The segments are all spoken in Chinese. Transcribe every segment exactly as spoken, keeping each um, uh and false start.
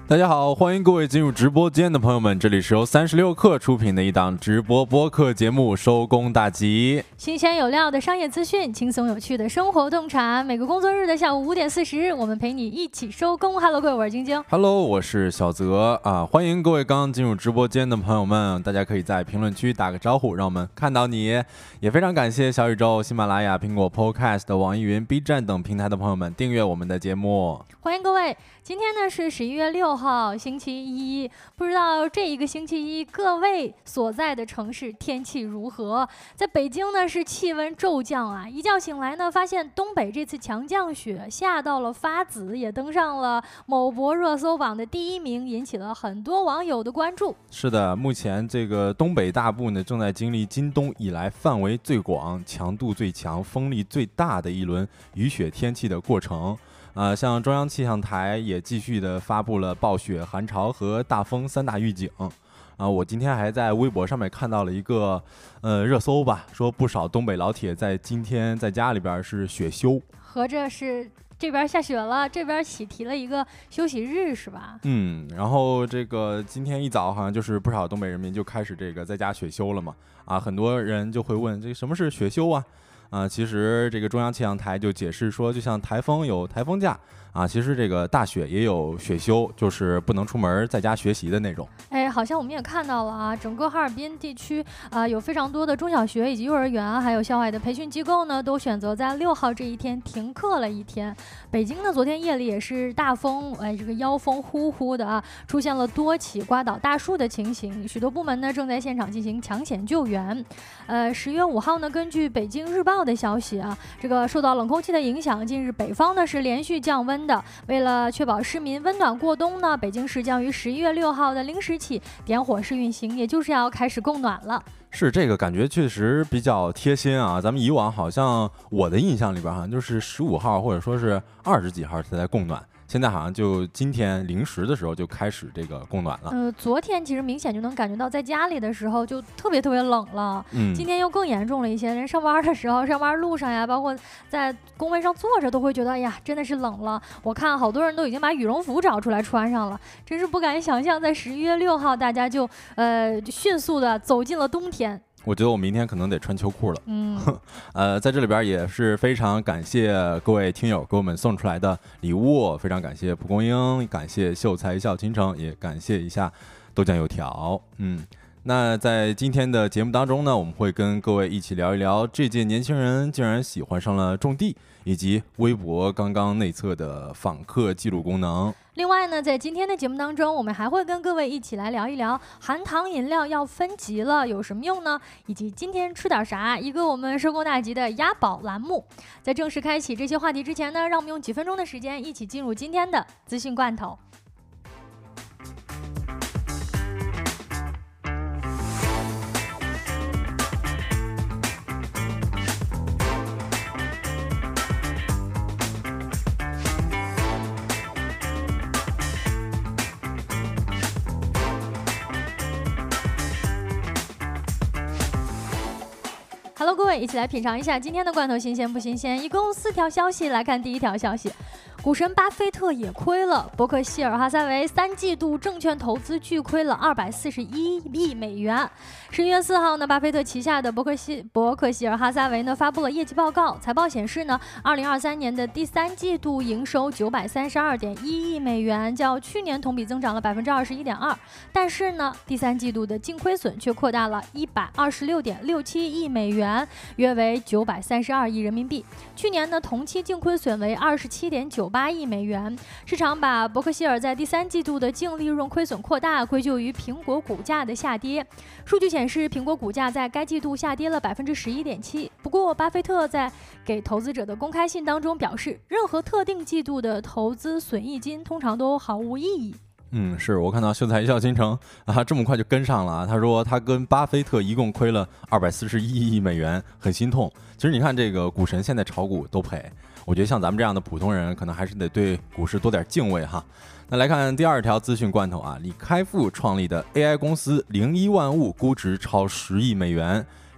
大家好，欢迎各位进入直播间的朋友们，这里是由三十六氪出品的一档直播播客节目，收工大吉， 新鲜有料的商业资讯，轻松有趣的生活洞察，每个工作日的下午五点四十，我们陪你一起收工。Hello， 各位，我是晶晶。 Hello， 我是小泽啊，欢迎各位刚刚进入直播间的朋友们，大家可以在评论区打个招呼，让我们看到你。也非常感谢小宇宙、喜马拉雅、苹果 Podcast、网易云、B 站等平台的朋友们订阅我们的节目。 欢迎各位，今天呢是十一月六号，星期一。不知道这一个星期一各位所在的城市天气如何？在北京呢是气温骤降啊，一觉醒来呢，发现东北这次强降雪下到了发紫，也登上了某博热搜榜的第一名，引起了很多网友的关注。 是的，目前这个东北大部呢正在经历今冬以来范围最广、强度最强、风力最大的一轮雨雪天气的过程。呃，像中央气象台也继续的发布了暴雪、寒潮和大风三大预警。啊、呃，我今天还在微博上面看到了一个呃热搜吧，说不少东北老铁在今天在家里边是雪休， 合着是这边下雪了，这边起提了一个休息日是吧？ 嗯，然后这个今天一早好像就是不少东北人民就开始这个在家雪休了嘛。啊，很多人就会问，这个什么是雪休啊？啊，其实这个中央气象台就解释说，就像台风有台风假啊，其实这个大雪也有雪休，就是不能出门，在家学习的那种。 哎，好像我们也看到了啊，整个哈尔滨地区啊、呃，有非常多的中小学以及幼儿园，还有校外的培训机构呢，都选择在六号这一天停课了一天。北京呢，昨天夜里也是大风，哎，这个妖风呼呼的啊，出现了多起刮倒大树的情形，许多部门呢正在现场进行抢险救援。呃，十月五号呢，根据北京日报的消息啊，这个受到冷空气的影响，近日北方呢是连续降温的。为了确保市民温暖过冬呢，北京市将于十一月六号的零时起点火试运行，也就是要开始供暖了。 是，这个感觉确实比较贴心啊！咱们以往好像我的印象里边好像就是十五号或者说是二十几号才在供暖。现在好像就今天零时的时候就开始这个供暖了。 呃，昨天其实明显就能感觉到，在家里的时候就特别特别冷了。嗯，今天又更严重了一些。人上班的时候，上班路上呀，包括在工位上坐着，都会觉得，哎呀，真的是冷了。我看好多人都已经把羽绒服找出来穿上了，真是不敢想象，在十一月六号，大家就呃迅速的走进了冬天。 我觉得我明天可能得穿秋裤了。 嗯， 呃，在这里边也是非常感谢各位听友给我们送出来的礼物，非常感谢蒲公英，感谢秀才笑倾城，也感谢一下豆浆油条。嗯，那在今天的节目当中呢，我们会跟各位一起聊一聊这届年轻人竟然喜欢上了种地，以及微博刚刚内测的访客记录功能。 另外呢，在今天的节目当中，我们还会跟各位一起来聊一聊含糖饮料要分级了有什么用呢？以及今天吃点啥，一个我们收工大吉的押宝栏目。在正式开启这些话题之前呢，让我们用几分钟的时间一起进入今天的资讯罐头。Hello， 各位，一起来品尝一下今天的罐头新鲜不新鲜？一共四条消息，来看第一条消息。股神巴菲特也亏了，伯克希尔哈撒韦三季度证券投资巨亏了二百四十一亿美元。十一月四号呢，巴菲特旗下的伯克希伯克希尔哈撒韦呢发布了业绩报告，财报显示呢，二零二三年的第三季度营收九百三十二点一亿美元，较去年同比增长了百分之二十一点二。但是呢，第三季度的净亏损却扩大了一百二十六点六七亿美元，约为九百三十二亿人民币。去年呢，同期净亏损为二十七点九八亿美元。市场把伯克希尔在第三季度的净利润亏损扩大归咎于苹果股价的下跌。数据显示，苹果股价在该季度下跌了百分之十一点七。不过，巴菲特在给投资者的公开信当中表示，任何特定季度的投资损益金通常都毫无意义。 嗯，是我看到秀才笑倾城啊，这么快就跟上了啊。他说他跟巴菲特一共亏了二百四十一亿美元，很心痛。其实你看这个股神现在炒股都赔，我觉得像咱们这样的普通人，可能还是得对股市多点敬畏哈。那来看第二条资讯罐头啊，李开复创立的 A I 公司零一万物估值超十亿美元。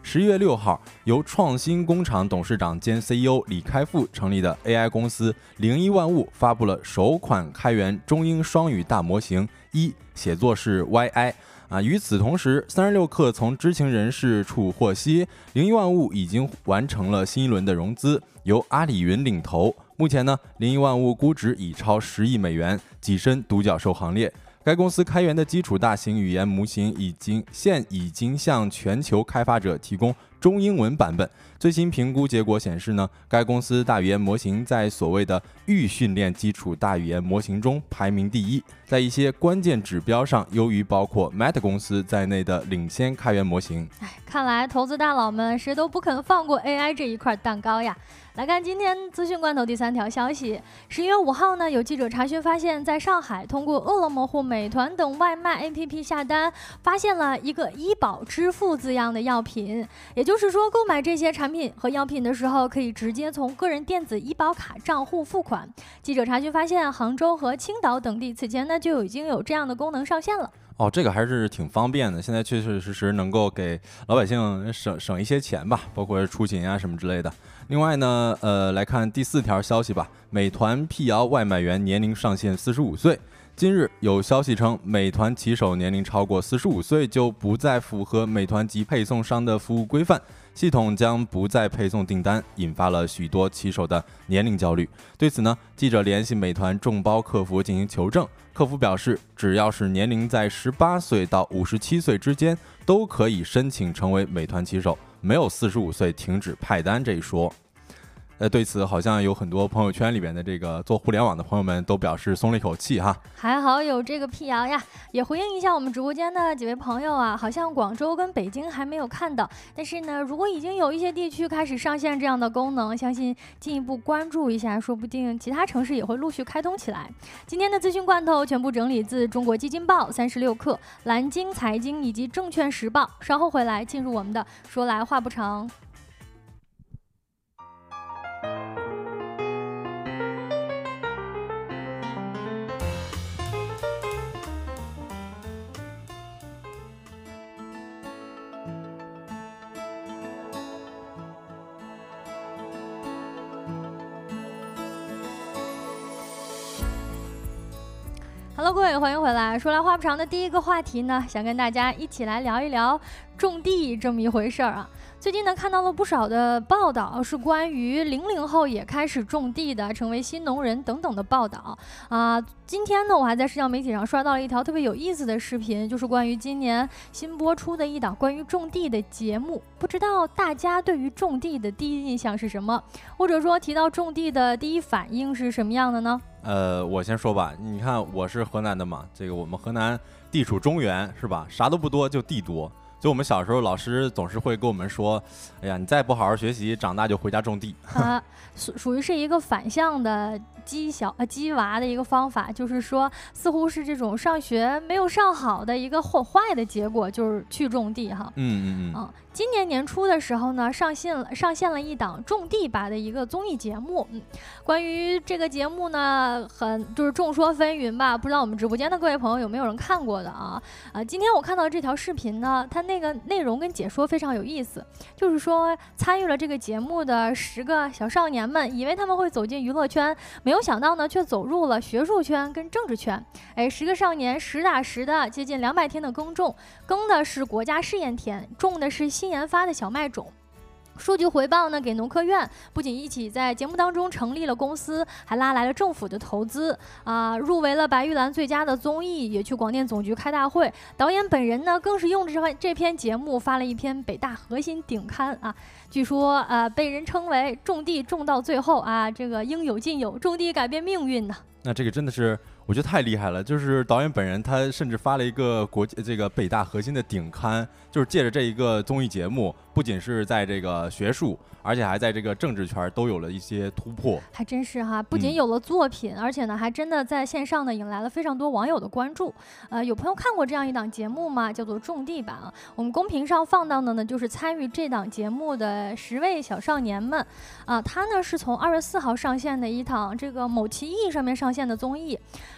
十一月六号，由创新工厂董事长兼 C E O 李开复成立的 A I 公司零一万物发布了首款开源中英双语大模型一，写作是 Y I。啊，与此同时，三十六氪从知情人士处获悉，零一万物已经完成了新一轮的融资，由阿里云领投。目前呢，零一万物估值已超十亿美元，跻身独角兽行列。该公司开源的基础大型语言模型已经现已经向全球开发者提供中英文版本。最新评估结果显示呢，该公司大语言模型在所谓的预训练基础大语言模型中排名第一，在一些关键指标上优于包括 Meta 公司在内的领先开源模型。 哎，看来投资大佬们谁都不肯放过 A I 这一块蛋糕呀。来看今天资讯罐头第三条消息，十一月五号呢，有记者查询发现，在上海通过饿了么或美团等外卖 A P P 下单，发现了一个医保支付字样的药品，也就是说，购买这些产品和药品的时候，可以直接从个人电子医保卡账户付款。记者查询发现，杭州和青岛等地此前呢就已经有这样的功能上线了。 哦，这个还是挺方便的，现在确确实实能够给老百姓省省一些钱吧，包括出行啊什么之类的。另外呢，呃，来看第四条消息吧，美团辟谣外卖员年龄上限四十五岁。近日有消息称，美团骑手年龄超过四十五岁就不再符合美团及配送商的服务规范，系统将不再配送订单，引发了许多骑手的年龄焦虑。对此呢，记者联系美团众包客服进行求证，客服表示，只要是年龄在十八岁到五十七岁之间，都可以申请成为美团骑手，没有四十五岁停止派单这一说。呃，对此好像有很多朋友圈里边的这个做互联网的朋友们都表示松了一口气哈。 还好有这个辟谣呀，也回应一下我们直播间的几位朋友啊，好像广州跟北京还没有看到，但是呢，如果已经有一些地区开始上线这样的功能，相信进一步关注一下，说不定其他城市也会陆续开通起来。今天的资讯罐头全部整理自中国基金报、三十六氪、蓝鲸财经以及证券时报，稍后回来进入我们的说来话不长。Hello， 各位，欢迎回来。说来话不长的第一个话题呢，想跟大家一起来聊一聊种地这么一回事儿啊。最近呢，看到了不少的报道，是关于零零后也开始种地的，成为新农人等等的报道啊、呃。今天呢，我还在社交媒体上刷到了一条特别有意思的视频，就是关于今年新播出的一档关于种地的节目。不知道大家对于种地的第一印象是什么，或者说提到种地的第一反应是什么样的呢？ 呃，我先说吧，你看我是河南的嘛，这个我们河南地处中原是吧，啥都不多，就地多。就我们小时候，老师总是会跟我们说：“哎呀，你再不好好学习，长大就回家种地。” 啊，属属于是一个反向的激小呃激娃的一个方法，就是说，似乎是这种上学没有上好的一个或坏的结果，就是去种地哈。 嗯嗯嗯。 啊，今年年初的时候呢，上线了上线了一档种地吧的一个综艺节目。嗯，关于这个节目呢，很就是众说纷纭吧，不知道我们直播间的各位朋友有没有人看过的啊？啊，今天我看到这条视频呢，它那个内容跟解说非常有意思，就是说参与了这个节目的十个小少年们，以为他们会走进娱乐圈，没有想到呢，却走入了学术圈跟政治圈。哎，十个少年实打实的接近两百天的耕种，耕的是国家试验田，种的是新研发的小麦种。数据回报呢，给农科院不仅一起在节目当中成立了公司，还拉来了政府的投资啊、呃，入围了白玉兰最佳的综艺，也去广电总局开大会。导演本人呢，更是用这这篇节目发了一篇北大核心顶刊啊，据说呃被人称为种地种到最后啊，这个应有尽有，种地改变命运呢。 那这个真的是我觉得太厉害了，就是导演本人他甚至发了一个国际这个北大核心的顶刊，就是借着这一个综艺节目，不仅是在这个学术，而且还在这个政治圈都有了一些突破。 还真是哈，不仅有了作品、嗯、而且呢还真的在线上呢引来了非常多网友的关注。呃，有朋友看过这样一档节目吗？叫做种地吧。我们公屏上放到的呢就是参与这档节目的十位小少年们啊，他呢是从二月四号上线的一档这个某奇艺上面上线的综艺。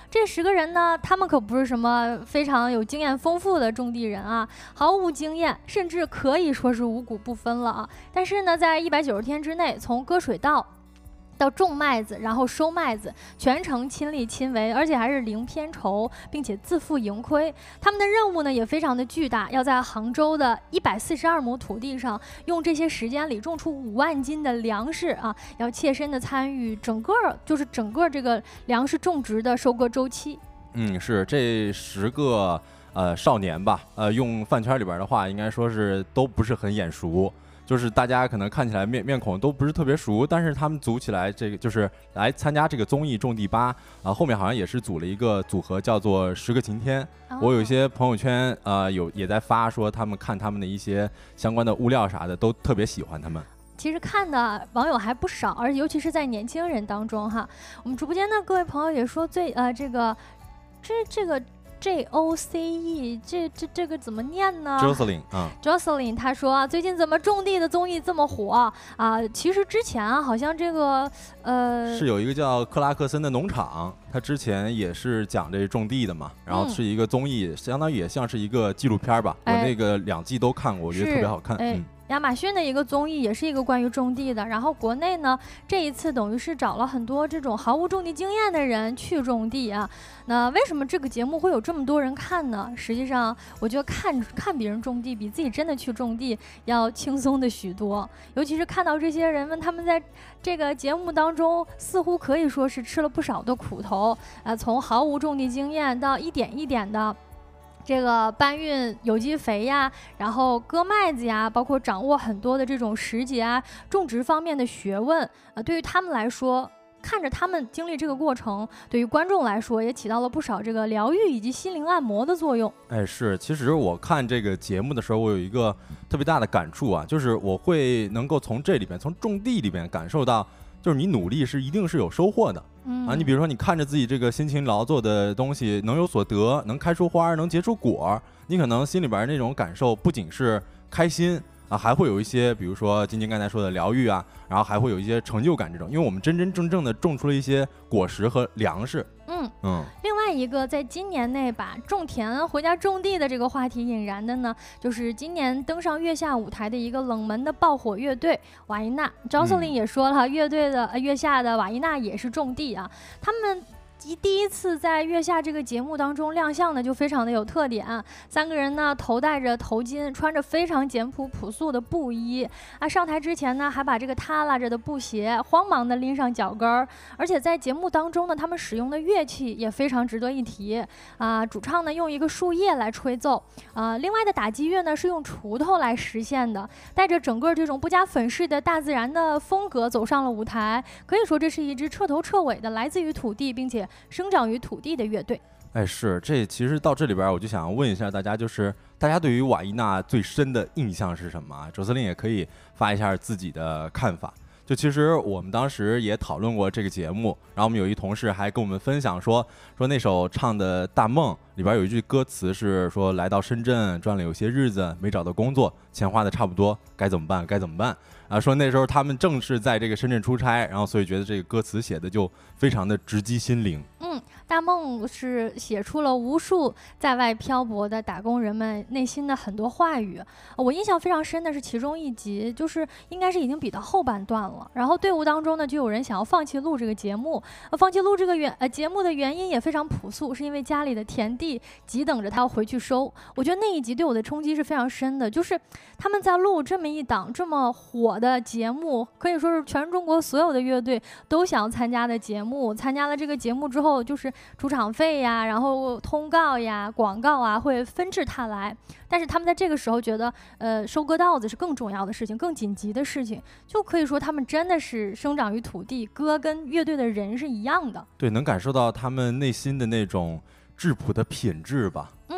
这十个人呢，他们可不是什么非常有经验丰富的种地人啊，毫无经验，甚至可以说是五谷不分了啊。但是呢，在一百九十天之内，从割水稻到种麦子，然后收麦子，全程亲力亲为，而且还是零片酬，并且自负盈亏。他们的任务呢也非常的巨大，要在杭州的一百四十二亩土地上，用这些时间里种出五万斤的粮食啊，要切身的参与整个就是整个这个粮食种植的收割周期。 嗯，是这十个呃少年吧，呃，用饭圈里边的话，应该说是都不是很眼熟。就是大家可能看起来面面孔都不是特别熟，但是他们组起来这个就是来参加这个综艺种地吧啊，后面好像也是组了一个组合叫做十个晴天。哦、我有一些朋友圈呃有也在发说他们看他们的一些相关的物料啥的都特别喜欢他们。 其实看的网友还不少，而尤其是在年轻人当中哈。我们直播间的各位朋友也说最呃这个这这个。J O C E 这这这个怎么念呢 ？Jocelyn 啊 ，Jocelyn 他说啊，最近怎么种地的综艺这么火啊？啊其实之前啊，好像这个呃是有一个叫克拉克森的农场，他之前也是讲这种地的嘛，然后是一个综艺，嗯、相当于也像是一个纪录片吧。哎、我那个两季都看过，我觉得特别好看。 哎、 嗯。 亚马逊的一个综艺也是一个关于种地的，然后国内呢这一次等于是找了很多这种毫无种地经验的人去种地啊。那为什么这个节目会有这么多人看呢？实际上我觉得看看别人种地比自己真的去种地要轻松的许多，尤其是看到这些人们他们在这个节目当中似乎可以说是吃了不少的苦头啊，从毫无种地经验到一点一点的这个搬运有机肥呀，然后割麦子呀，包括掌握很多的这种时节啊、种植方面的学问啊、呃，对于他们来说，看着他们经历这个过程，对于观众来说也起到了不少这个疗愈以及心灵按摩的作用。 哎，是，其实我看这个节目的时候，我有一个特别大的感触啊，就是我会能够从这里边，从种地里边感受到，就是你努力是一定是有收获的。 嗯、 啊，你比如说，你看着自己这个辛勤劳作的东西能有所得，能开出花，能结出果，你可能心里边那种感受不仅是开心啊，还会有一些，比如说晶晶刚才说的疗愈啊，然后还会有一些成就感这种，因为我们真真正正的种出了一些果实和粮食。 嗯嗯。 另外一个在今年内把种田回家种地的这个话题引燃的呢，就是今年登上月下舞台的一个冷门的爆火乐队瓦依娜。Jocelyn 也说了，乐队的、呃、月下的瓦依娜也是种地啊，他们。第一次在月下这个节目当中亮相呢，就非常的有特点、啊。三个人呢头戴着头巾，穿着非常简朴朴素的布衣啊。上台之前呢，还把这个耷拉着的布鞋慌忙的拎上脚跟儿。而且在节目当中呢，他们使用的乐器也非常值得一提啊。主唱呢用一个树叶来吹奏啊，另外的打击乐呢是用锄头来实现的，带着整个这种不加粉饰的大自然的风格走上了舞台。可以说这是一支彻头彻尾的来自于土地，并且生长于土地的乐队。 哎，是，这其实到这里边我就想问一下大家，就是大家对于瓦依娜最深的印象是什么？周司令也可以发一下自己的看法。就其实我们当时也讨论过这个节目，然后我们有一同事还跟我们分享说，说那首唱的《大梦》里边有一句歌词是说，来到深圳转了有些日子，没找到工作，钱花的差不多，该怎么办？该怎么办？啊，说那时候他们正是在这个深圳出差，然后所以觉得这个歌词写的就非常的直击心灵。 嗯，大梦是写出了无数在外漂泊的打工人们内心的很多话语。我印象非常深的是其中一集，就是应该是已经比到后半段了。然后队伍当中呢，就有人想要放弃录这个节目。呃、放弃录这个原呃节目的原因也非常朴素，是因为家里的田地急等着他要回去收。我觉得那一集对我的冲击是非常深的，就是他们在录这么一档这么火的节目，可以说是全中国所有的乐队都想要参加的节目。参加了这个节目之后，就是出场费呀，然后通告呀、广告啊会纷至沓来。但是他们在这个时候觉得，呃，收割稻子是更重要的事情，更紧急的事情，就可以说他们真的是生长于土地，歌跟乐队的人是一样的。 对，能感受到他们内心的那种质朴的品质吧。 嗯，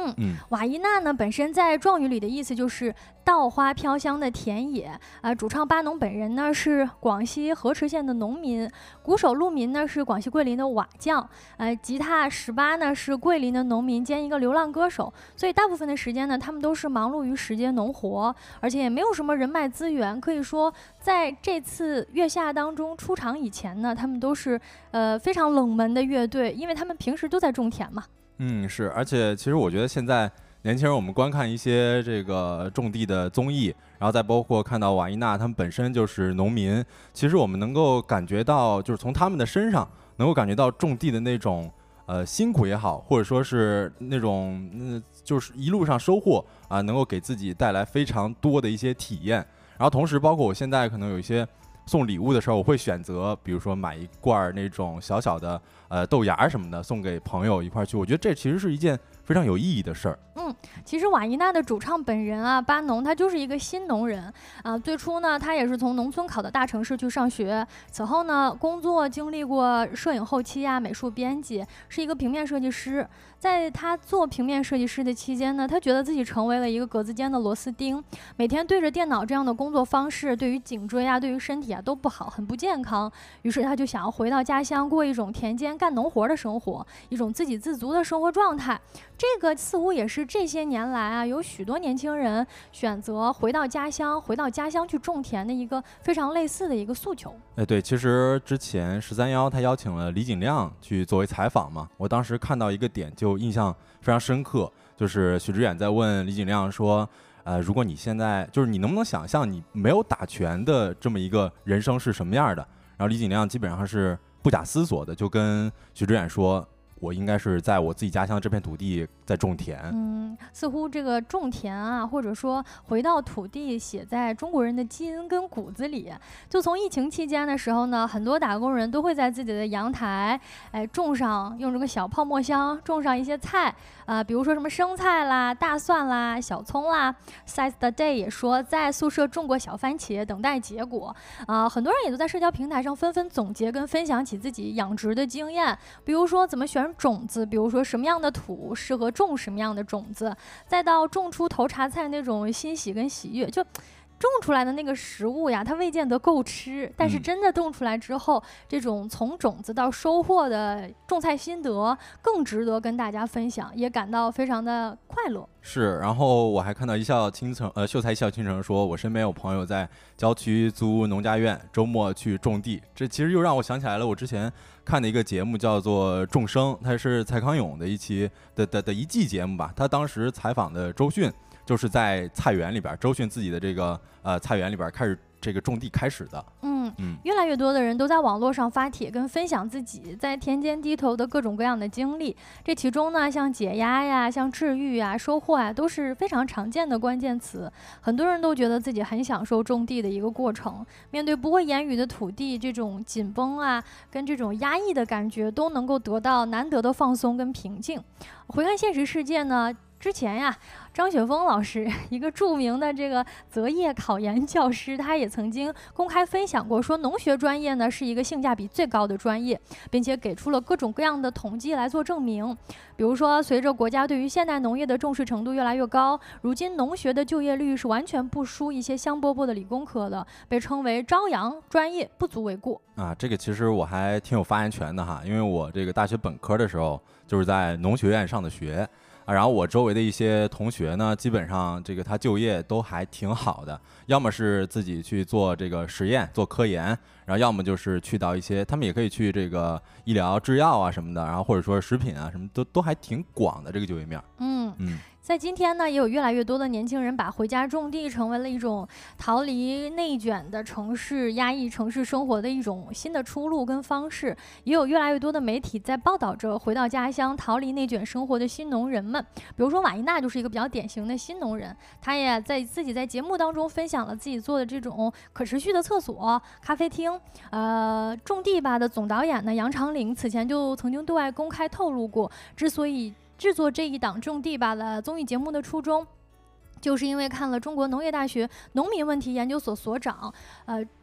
嗯嗯，瓦依娜呢本身在壮语里的意思就是稻花飘香的田野，呃，主唱巴农本人呢是广西河池县的农民，鼓手陆民呢是广西桂林的瓦匠，呃，吉他十八呢是桂林的农民兼一个流浪歌手，所以大部分的时间呢，他们都是忙碌于时间农活，而且也没有什么人脉资源，可以说在这次月下当中出场以前呢，他们都是呃非常冷门的乐队，因为他们平时都在种田嘛。 嗯，是，而且其实我觉得现在年轻人，我们观看一些这个种地的综艺，然后再包括看到瓦依娜他们本身就是农民，其实我们能够感觉到，就是从他们的身上能够感觉到种地的那种呃辛苦也好，或者说是那种嗯、呃、就是一路上收获啊、呃，能够给自己带来非常多的一些体验。然后同时，包括我现在可能有一些送礼物的时候，我会选择比如说买一罐那种小小的呃豆芽什么的送给朋友一块去，我觉得这其实是一件非常有意义的事儿。 嗯，其实瓦依娜的主唱本人啊，巴农，他就是一个新农人啊。最初呢，他也是从农村考到大城市去上学，此后呢，工作经历过摄影后期啊、美术编辑，是一个平面设计师。在他做平面设计师的期间呢，他觉得自己成为了一个格子间的螺丝钉，每天对着电脑这样的工作方式，对于颈椎啊、对于身体啊都不好，很不健康。于是他就想要回到家乡，过一种田间干农活的生活，一种自给自足的生活状态。这个似乎也是这些年来啊，有许多年轻人选择回到家乡，回到家乡去种田的一个非常类似的一个诉求。 哎，对，其实之前十三幺他邀请了李景亮去作为采访嘛，我当时看到一个点就印象非常深刻，就是许知远在问李景亮说，呃，如果你现在就是你能不能想象你没有打拳的这么一个人生是什么样的？然后李景亮基本上是不假思索的就跟许知远说，我应该是在我自己家乡这片土地在种田。 嗯，似乎这个种田啊，或者说回到土地，写在中国人的基因跟骨子里。就从疫情期间的时候呢，很多打工人都会在自己的阳台，哎，种上用这个小泡沫箱种上一些菜啊、呃，比如说什么生菜啦、大蒜啦、小葱啦。Size the Day 也说在宿舍种过小番茄，等待结果啊、呃。很多人也都在社交平台上纷纷总结跟分享起自己养殖的经验，比如说怎么选种子，比如说什么样的土适合种什么样的种子，再到种出头茬菜那种欣喜跟喜悦，就种出来的那个食物呀，它未见得够吃，但是真的种出来之后、嗯、这种从种子到收获的种菜心得更值得跟大家分享，也感到非常的快乐。 是，然后我还看到一笑倾城，呃，秀才一笑倾城说，我身边有朋友在郊区租农家院，周末去种地。这其实又让我想起来了，我之前看的一个节目叫做《众生》，它是蔡康永的一期的的的一季节目吧。他当时采访的周迅，就是在菜园里边，周迅自己的这个呃菜园里边开始这个种地开始的。 嗯嗯，越来越多的人都在网络上发帖跟分享自己在田间低头的各种各样的经历。这其中呢，像解压呀、像治愈呀、收获呀，都是非常常见的关键词。很多人都觉得自己很享受种地的一个过程，面对不会言语的土地，这种紧绷啊，跟这种压抑的感觉，都能够得到难得的放松跟平静。回看现实世界呢，之前呀，张雪峰老师，一个著名的这个择业考研教师，他也曾经公开分享过，说农学专业呢是一个性价比最高的专业，并且给出了各种各样的统计来做证明。比如说，随着国家对于现代农业的重视程度越来越高，如今农学的就业率是完全不输一些香饽饽的理工科的，被称为朝阳专业，不足为过啊。这个其实我还挺有发言权的哈，因为我这个大学本科的时候就是在农学院上的学。然后我周围的一些同学呢，基本上这个他就业都还挺好的，要么是自己去做这个实验做科研，然后要么就是去到一些他们也可以去这个医疗制药啊什么的，然后或者说食品啊什么都都还挺广的这个就业面。 嗯嗯。在今天呢，也有越来越多的年轻人把回家种地成为了一种逃离内卷的城市压抑城市生活的一种新的出路跟方式，也有越来越多的媒体在报道着回到家乡逃离内卷生活的新农人们。比如说瓦依娜就是一个比较典型的新农人，她也在自己在节目当中分享了自己做的这种可持续的厕所、咖啡厅。呃，种地吧的总导演呢杨长岭此前就曾经对外公开透露过，之所以制作这一档种地吧的综艺节目的初衷，就是因为看了中国农业大学农民问题研究所所长呃祝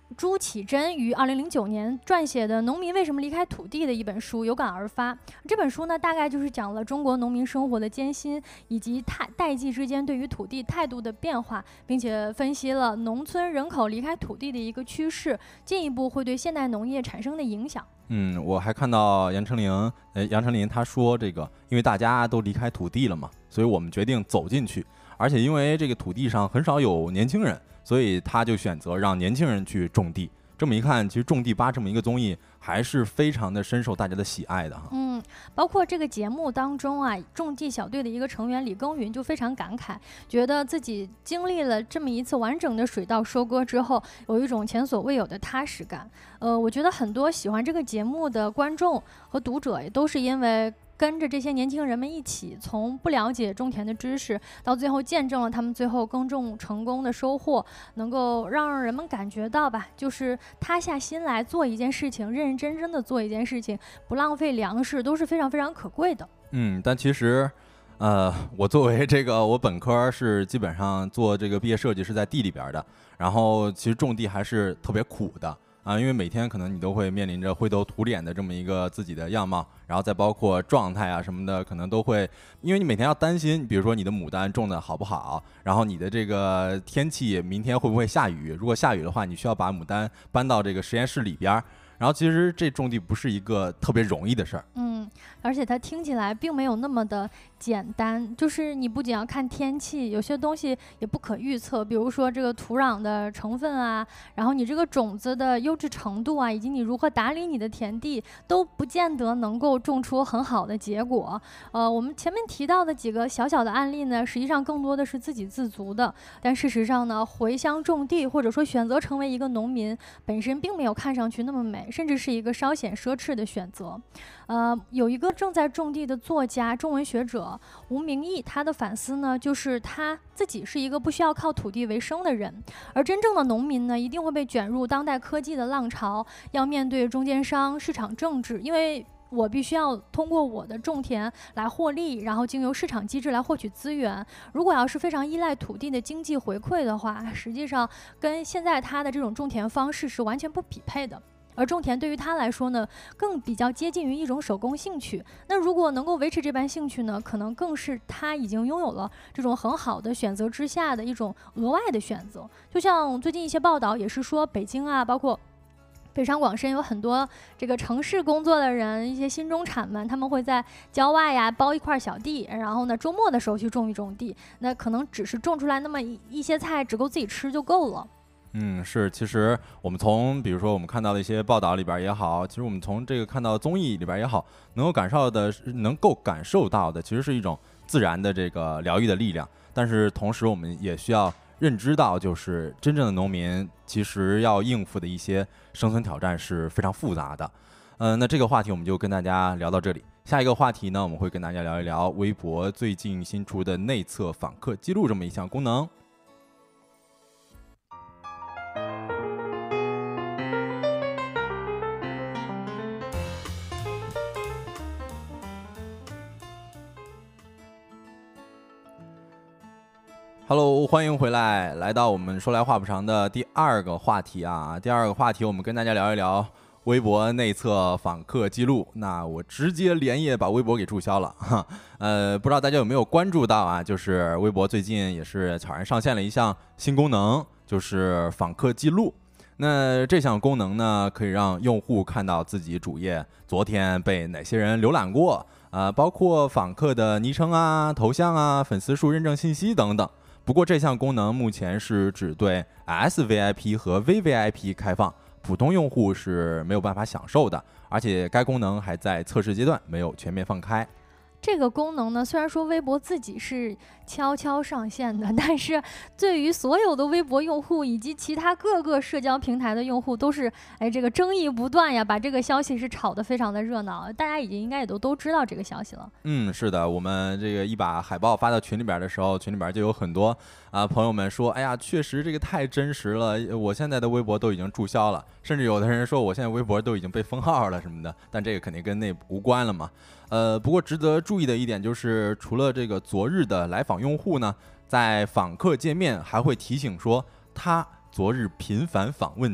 朱启珍于二零零九年撰写的《农民为什么离开土地》的一本书有感而发。这本书呢，大概就是讲了中国农民生活的艰辛，以及代代际之间对于土地态度的变化，并且分析了农村人口离开土地的一个趋势，进一步会对现代农业产生的影响。 嗯，我还看到杨丞琳，呃，杨丞琳他说这个，因为大家都离开土地了嘛，所以我们决定走进去，而且因为这个土地上很少有年轻人，所以他就选择让年轻人去种地。这么一看，其实《种地吧》这么一个综艺还是非常的深受大家的喜爱的哈。 嗯，包括这个节目当中啊，种地小队的一个成员李耕耘就非常感慨，觉得自己经历了这么一次完整的水稻收割之后，有一种前所未有的踏实感。呃，我觉得很多喜欢这个节目的观众和读者也都是因为跟着这些年轻人们一起，从不了解种田的知识，到最后见证了他们最后耕种成功的收获，能够让人们感觉到吧，就是塌下心来做一件事情，认认真真的做一件事情，不浪费粮食，都是非常非常可贵的。 嗯，但其实，呃，我作为这个我本科是基本上做这个毕业设计是在地里边的，然后其实种地还是特别苦的。啊，因为每天可能你都会面临着灰头土脸的这么一个自己的样貌，然后再包括状态啊什么的，可能都会，因为你每天要担心，比如说你的牡丹种的好不好，然后你的这个天气明天会不会下雨，如果下雨的话，你需要把牡丹搬到这个实验室里边，然后其实这种地不是一个特别容易的事儿。 嗯，而且它听起来并没有那么的简单，就是你不仅要看天气，有些东西也不可预测，比如说这个土壤的成分啊，然后你这个种子的优质程度啊，以及你如何打理你的田地，都不见得能够种出很好的结果。呃，我们前面提到的几个小小的案例呢，实际上更多的是自给自足的，但事实上呢，回乡种地或者说选择成为一个农民，本身并没有看上去那么美，甚至是一个稍显奢侈的选择。呃，有一个正在种地的作家、中文学者吴明义，他的反思呢，就是他自己是一个不需要靠土地为生的人，而真正的农民呢，一定会被卷入当代科技的浪潮，要面对中间商、市场政治，因为我必须要通过我的种田来获利，然后经由市场机制来获取资源。如果要是非常依赖土地的经济回馈的话，实际上跟现在他的这种种田方式是完全不匹配的。而种田对于他来说呢，更比较接近于一种手工兴趣。那如果能够维持这般兴趣呢，可能更是他已经拥有了这种很好的选择之下的一种额外的选择。就像最近一些报道也是说，北京啊，包括北上广深有很多这个城市工作的人，一些新中产们，他们会在郊外呀包一块小地，然后呢周末的时候去种一种地，那可能只是种出来那么一一些菜，只够自己吃就够了。 嗯，是，其实我们从比如说我们看到的一些报道里边也好，其实我们从这个看到综艺里边也好，能够感受的，能够感受到的，其实是一种自然的这个疗愈的力量。但是同时，我们也需要认知到，就是真正的农民其实要应付的一些生存挑战是非常复杂的。嗯、呃，那这个话题我们就跟大家聊到这里。下一个话题呢，我们会跟大家聊一聊微博最近新出的内测访客记录这么一项功能。Hello， 欢迎回来，来到我们说来话不长的第二个话题啊。第二个话题，我们跟大家聊一聊微博内测访客记录。那我直接连夜把微博给注销了哈。呃，不知道大家有没有关注到啊？就是微博最近也是悄然上线了一项新功能，就是访客记录。那这项功能呢，可以让用户看到自己主页昨天被哪些人浏览过，呃，包括访客的昵称啊、头像啊、粉丝数认证信息等等。不过这项功能目前是只对 S V I P 和 V V I P 开放，普通用户是没有办法享受的，而且该功能还在测试阶段，没有全面放开。 这个功能呢，虽然说微博自己是悄悄上线的，但是对于所有的微博用户以及其他各个社交平台的用户，都是哎这个争议不断呀，把这个消息是炒得非常的热闹，大家已经应该也都都知道这个消息了。 嗯，是的，我们这个一把海报发到群里边的时候，群里边就有很多啊、呃、朋友们说，哎呀，确实这个太真实了，我现在的微博都已经注销了，甚至有的人说我现在微博都已经被封号了什么的，但这个肯定跟那无关了嘛。呃，不过值得注意的一点就是，除了这个昨日的来访用户呢，在访客界面还会提醒说，他昨日频繁访问你，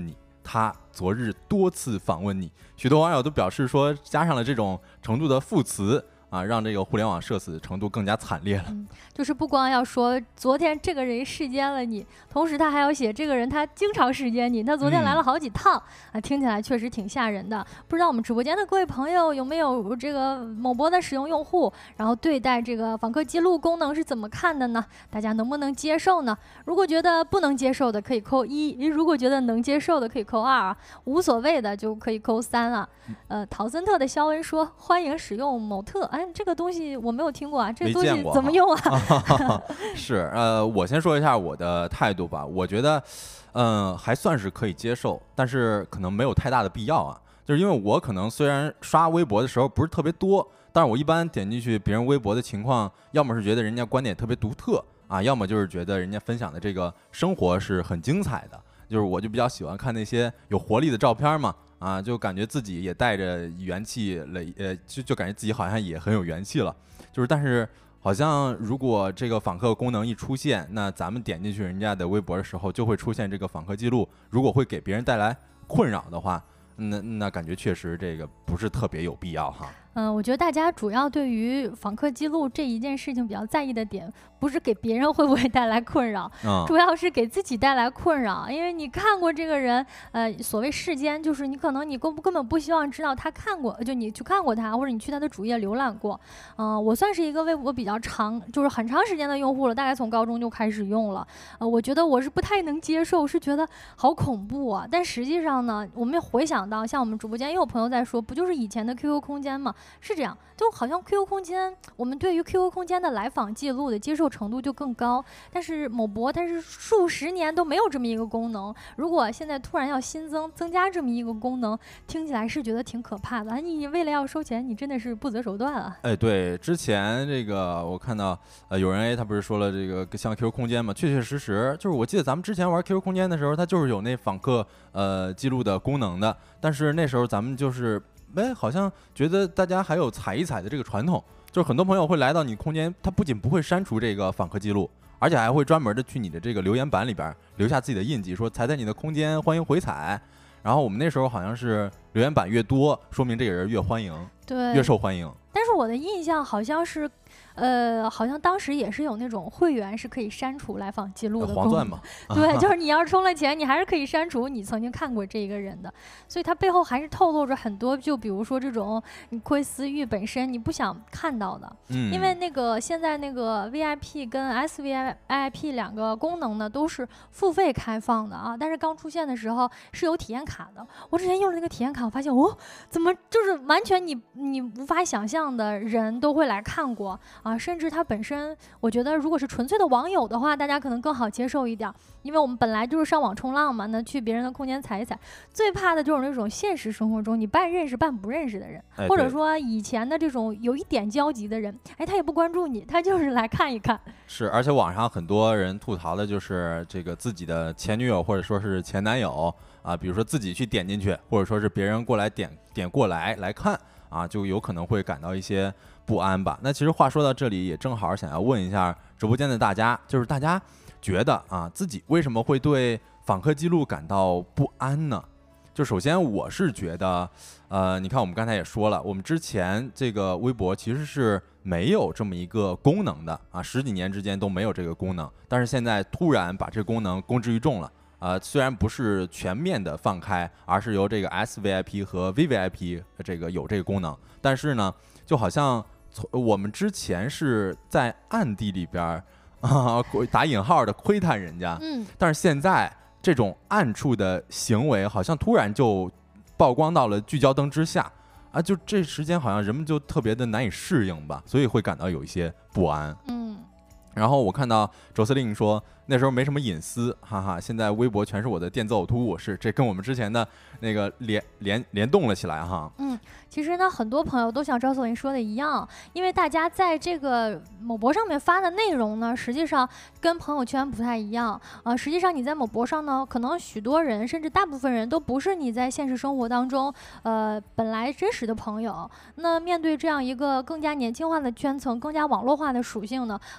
他昨日多次访问你。许多网友都表示说，加上了这种程度的副词啊，让这个互联网社死程度更加惨烈了。 嗯，就是不光要说昨天这个人视奸了你，同时他还要写这个人他经常视奸你，他昨天来了好几趟、嗯、啊，听起来确实挺吓人的。不知道我们直播间的各位朋友有没有这个某博的使用用户，然后对待这个访客记录功能是怎么看的呢？大家能不能接受呢？如果觉得不能接受的可以扣一，如果觉得能接受的可以扣二，无所谓的就可以扣三了。呃，陶森特的肖恩说欢迎使用某特，哎，这个东西我没有听过啊，这个东西怎么用啊？ 是，呃，我先说一下我的态度吧。我觉得，嗯、呃，还算是可以接受，但是可能没有太大的必要啊。就是因为我可能虽然刷微博的时候不是特别多，但是我一般点进去别人微博的情况，要么是觉得人家观点特别独特啊，要么就是觉得人家分享的这个生活是很精彩的。就是我就比较喜欢看那些有活力的照片嘛。啊，就感觉自己也带着元气了，呃，就就感觉自己好像也很有元气了。就是，但是好像如果这个访客功能一出现，那咱们点进去人家的微博的时候，就会出现这个访客记录。如果会给别人带来困扰的话，那那感觉确实这个不是特别有必要哈。 嗯，我觉得大家主要对于访客记录这一件事情比较在意的点，不是给别人会不会带来困扰，嗯、主要是给自己带来困扰。因为你看过这个人，呃，所谓世间，就是你可能你根根本不希望知道他看过，就你去看过他，或者你去他的主页浏览过。嗯、呃，我算是一个微博比较长，就是很长时间的用户了，大概从高中就开始用了。呃，我觉得我是不太能接受，是觉得好恐怖啊。但实际上呢，我们回想到，像我们直播间也有朋友在说，不就是以前的 Q Q 空间吗？是这样，就好像 Q Q 空间，我们对于 Q Q 空间的来访记录的接受程度就更高。但是某博它是数十年都没有这么一个功能，如果现在突然要新增增加这么一个功能，听起来是觉得挺可怕的。你为了要收钱，你真的是不择手段啊！ 哎，对，之前这个我看到呃有人 A 他不是说了这个像 Q Q 空间嘛，确确实实就是我记得咱们之前玩 Q Q 空间的时候，它就是有那访客呃记录的功能的，但是那时候咱们就是。哎，好像觉得大家还有踩一踩的这个传统，就是很多朋友会来到你空间，他不仅不会删除这个访客记录，而且还会专门的去你的这个留言板里边留下自己的印记，说踩在你的空间，欢迎回踩。然后我们那时候好像是留言板越多，说明这个人越欢迎， 对， 越受欢迎。 但是我的印象好像是。呃，好像当时也是有那种会员是可以删除来访记录的黄钻嘛， 对，就是你要是充了钱，你还是可以删除你曾经看过这一个人的，所以它背后还是透露着很多，就比如说这种你窥私欲本身你不想看到的，嗯，因为那个现在那个 V I P 跟 S V I P 两个功能呢都是付费开放的啊，但是刚出现的时候是有体验卡的，我之前用了那个体验卡，我发现哦，怎么就是完全你你无法想象的人都会来看过。啊，甚至它本身，我觉得如果是纯粹的网友的话，大家可能更好接受一点，因为我们本来就是上网冲浪嘛，那去别人的空间踩一踩，最怕的就是那种现实生活中你半认识半不认识的人， 哎、 或者说以前的这种有一点交集的人，哎，他也不关注你，他就是来看一看。 是，而且网上很多人吐槽的就是这个自己的前女友或者说是前男友啊，比如说自己去点进去，或者说是别人过来点点过来来看啊，就有可能会感到一些不安吧。那其实话说到这里，也正好想要问一下直播间的大家，就是大家觉得啊，自己为什么会对访客记录感到不安呢？就首先我是觉得，呃，你看我们刚才也说了，我们之前这个微博其实是没有这么一个功能的啊，十几年之间都没有这个功能，但是现在突然把这个功能公之于众了。呃，虽然不是全面的放开，而是由这个 S V I P 和 V V I P 这个有这个功能，但是呢，就好像我们之前是在暗地里边啊打引号的窥探人家， 嗯， 但是现在这种暗处的行为好像突然就曝光到了聚焦灯之下啊，就这时间好像人们就特别的难以适应吧，所以会感到有一些不安。 嗯， 然后我看到周司令说那时候没什么隐私，哈哈，现在微博全是我的电子呕吐物，是这跟我们之前的那个联联联动了起来哈。 嗯，其实呢，很多朋友都像赵思维说的一样，因为大家在这个某博上面发的内容呢，实际上跟朋友圈不太一样啊、呃。实际上你在某博上呢，可能许多人甚至大部分人都不是你在现实生活当中呃本来真实的朋友。那面对这样一个更加年轻化的圈层、更加网络化的属性呢，很多人都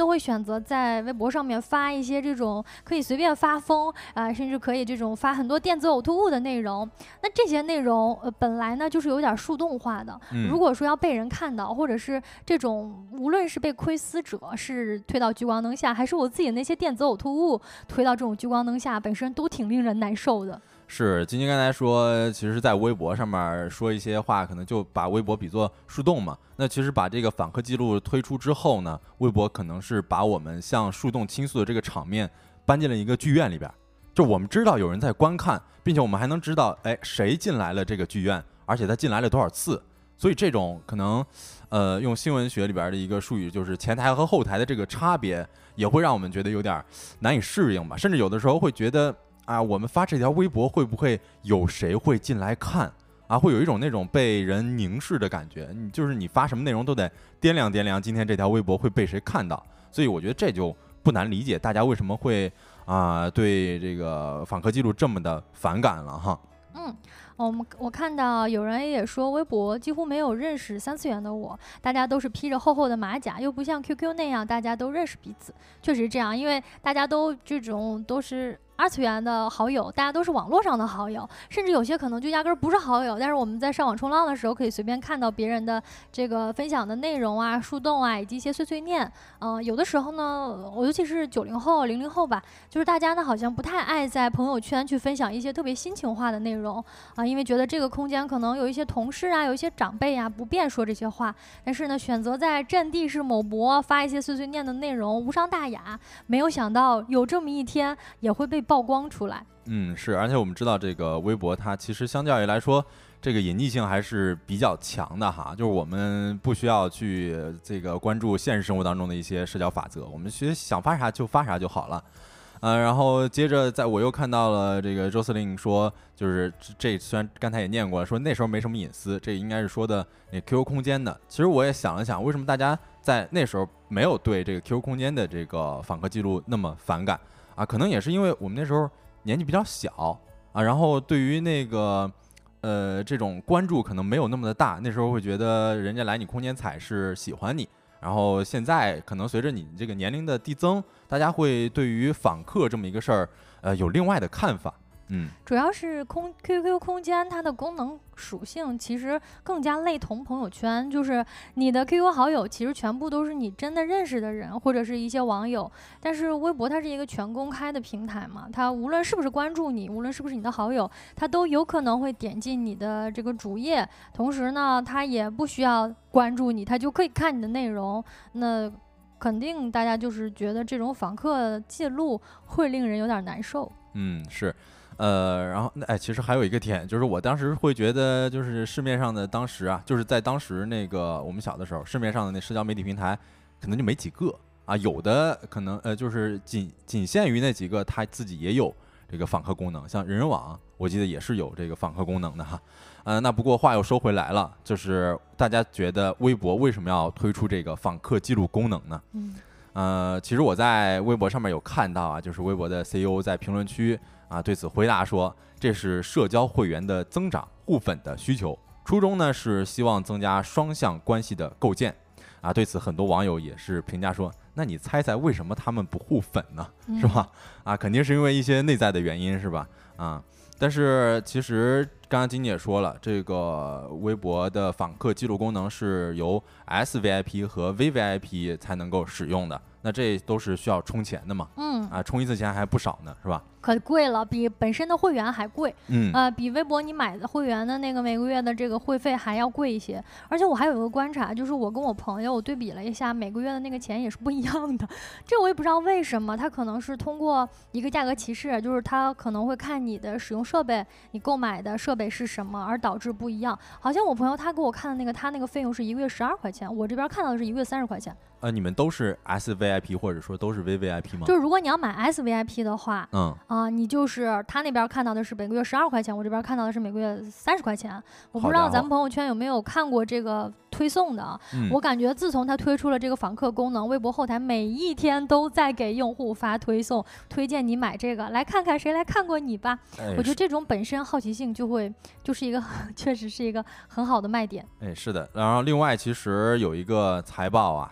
都会选择在微博上面发一些这种可以随便发疯啊、呃，甚至可以这种发很多电子呕吐物的内容。那这些内容呃本来呢就是有点树洞化的， 嗯、 如果说要被人看到，或者是这种无论是被窥私者是推到聚光灯下，还是我自己那些电子呕吐物推到这种聚光灯下，本身都挺令人难受的。 是，晶晶刚才说，其实在微博上面说一些话，可能就把微博比作树洞嘛。那其实把这个访客记录推出之后呢，微博可能是把我们向树洞倾诉的这个场面搬进了一个剧院里边，就我们知道有人在观看，并且我们还能知道，哎，谁进来了这个剧院，而且他进来了多少次。所以这种可能，呃，用新闻学里边的一个术语，就是前台和后台的这个差别，也会让我们觉得有点难以适应吧，甚至有的时候会觉得。啊，我们发这条微博会不会有谁会进来看啊？会有一种那种被人凝视的感觉。你就是你发什么内容都得掂量掂量，今天这条微博会被谁看到。所以我觉得这就不难理解大家为什么会啊对这个访客记录这么的反感了哈。 嗯，我们我看到有人也说，微博几乎没有认识三次元的我，大家都是披着厚厚的马甲，又不像 Q Q 那样大家都认识彼此。确实这样，因为大家都这种都是。二次元的好友，大家都是网络上的好友，甚至有些可能就压根儿不是好友，但是我们在上网冲浪的时候，可以随便看到别人的这个分享的内容啊、树洞啊，以及一些碎碎念。嗯、呃，有的时候呢，我尤其是九零后、零零后吧，就是大家呢好像不太爱在朋友圈去分享一些特别心情化的内容啊、呃，因为觉得这个空间可能有一些同事啊、有一些长辈啊不便说这些话，但是呢，选择在阵地是某博发一些碎碎念的内容，无伤大雅。没有想到有这么一天也会被曝光出来。 嗯，是，而且我们知道这个微博它其实相较于来说这个隐匿性还是比较强的哈，就是我们不需要去这个关注现实生活当中的一些社交法则，我们其实想发啥就发啥就好了。呃，然后接着在我又看到了这个周司令说，就是这虽然刚才也念过了，说那时候没什么隐私，这应该是说的那 Q Q 空间的。其实我也想了想，为什么大家在那时候没有对这个 Q Q 空间的这个访客记录那么反感啊？可能也是因为我们那时候年纪比较小啊，然后对于那个呃这种关注可能没有那么的大，那时候会觉得人家来你空间采是喜欢你。然后现在可能随着你这个年龄的递增，大家会对于访客这么一个事儿，呃，有另外的看法。嗯， 主要是空 Q Q 空间它的功能属性其实更加类同朋友圈，就是你的 Q Q 好友其实全部都是你真的认识的人或者是一些网友，但是微博它是一个全公开的平台嘛，它无论是不是关注你，无论是不是你的好友，它都有可能会点进你的这个主页，同时呢，它也不需要关注你，它就可以看你的内容。那肯定大家就是觉得这种访客记录会令人有点难受。 嗯，是。呃，然后哎，其实还有一个点，就是我当时会觉得，就是市面上的当时啊，就是在当时那个我们小的时候，市面上的那社交媒体平台可能就没几个啊，有的可能呃就是仅仅限于那几个，它自己也有这个访客功能，像人人网，我记得也是有这个访客功能的哈。呃，那不过话又说回来了，就是大家觉得微博为什么要推出这个访客记录功能呢？ 嗯， 呃，其实我在微博上面有看到啊，就是微博的 C E O 在评论区啊对此回答说，这是社交会员的增长，互粉的需求，初衷呢是希望增加双向关系的构建啊。对此很多网友也是评价说，那你猜猜为什么他们不互粉呢？是吧？啊，肯定是因为一些内在的原因，是吧？啊，但是其实刚刚金姐也说了，这个微博的访客记录功能是由 S V I P 和 V V I P 才能够使用的，那这都是需要充钱的嘛？嗯，啊，充一次钱还不少呢，是吧？ 可贵了，比本身的会员还贵。 嗯， 呃，比微博你买的会员的那个每个月的这个会费还要贵一些。而且我还有一个观察，就是我跟我朋友我对比了一下，每个月的那个钱也是不一样的。这我也不知道为什么，他可能是通过一个价格歧视，就是他可能会看你的使用设备，你购买的设备是什么，而导致不一样。好像我朋友他给我看的那个，他那个费用是一个月十二块钱，我这边看到的是一个月三十块钱。 呃，你们都是 S V I P 或者说都是 V V I P 吗？ 就是如果你要买 S V I P 的话， 嗯啊、呃，你就是他那边看到的是每个月十二块钱，我这边看到的是每个月三十块钱。我不知道咱们朋友圈有没有看过这个推送的、嗯、我感觉自从他推出了这个访客功能，微博后台每一天都在给用户发推送，推荐你买这个，来看看谁来看过你吧。哎、我觉得这种本身好奇性就会就是一个确实是一个很好的卖点。 哎，是的。然后另外其实有一个财报啊，这个二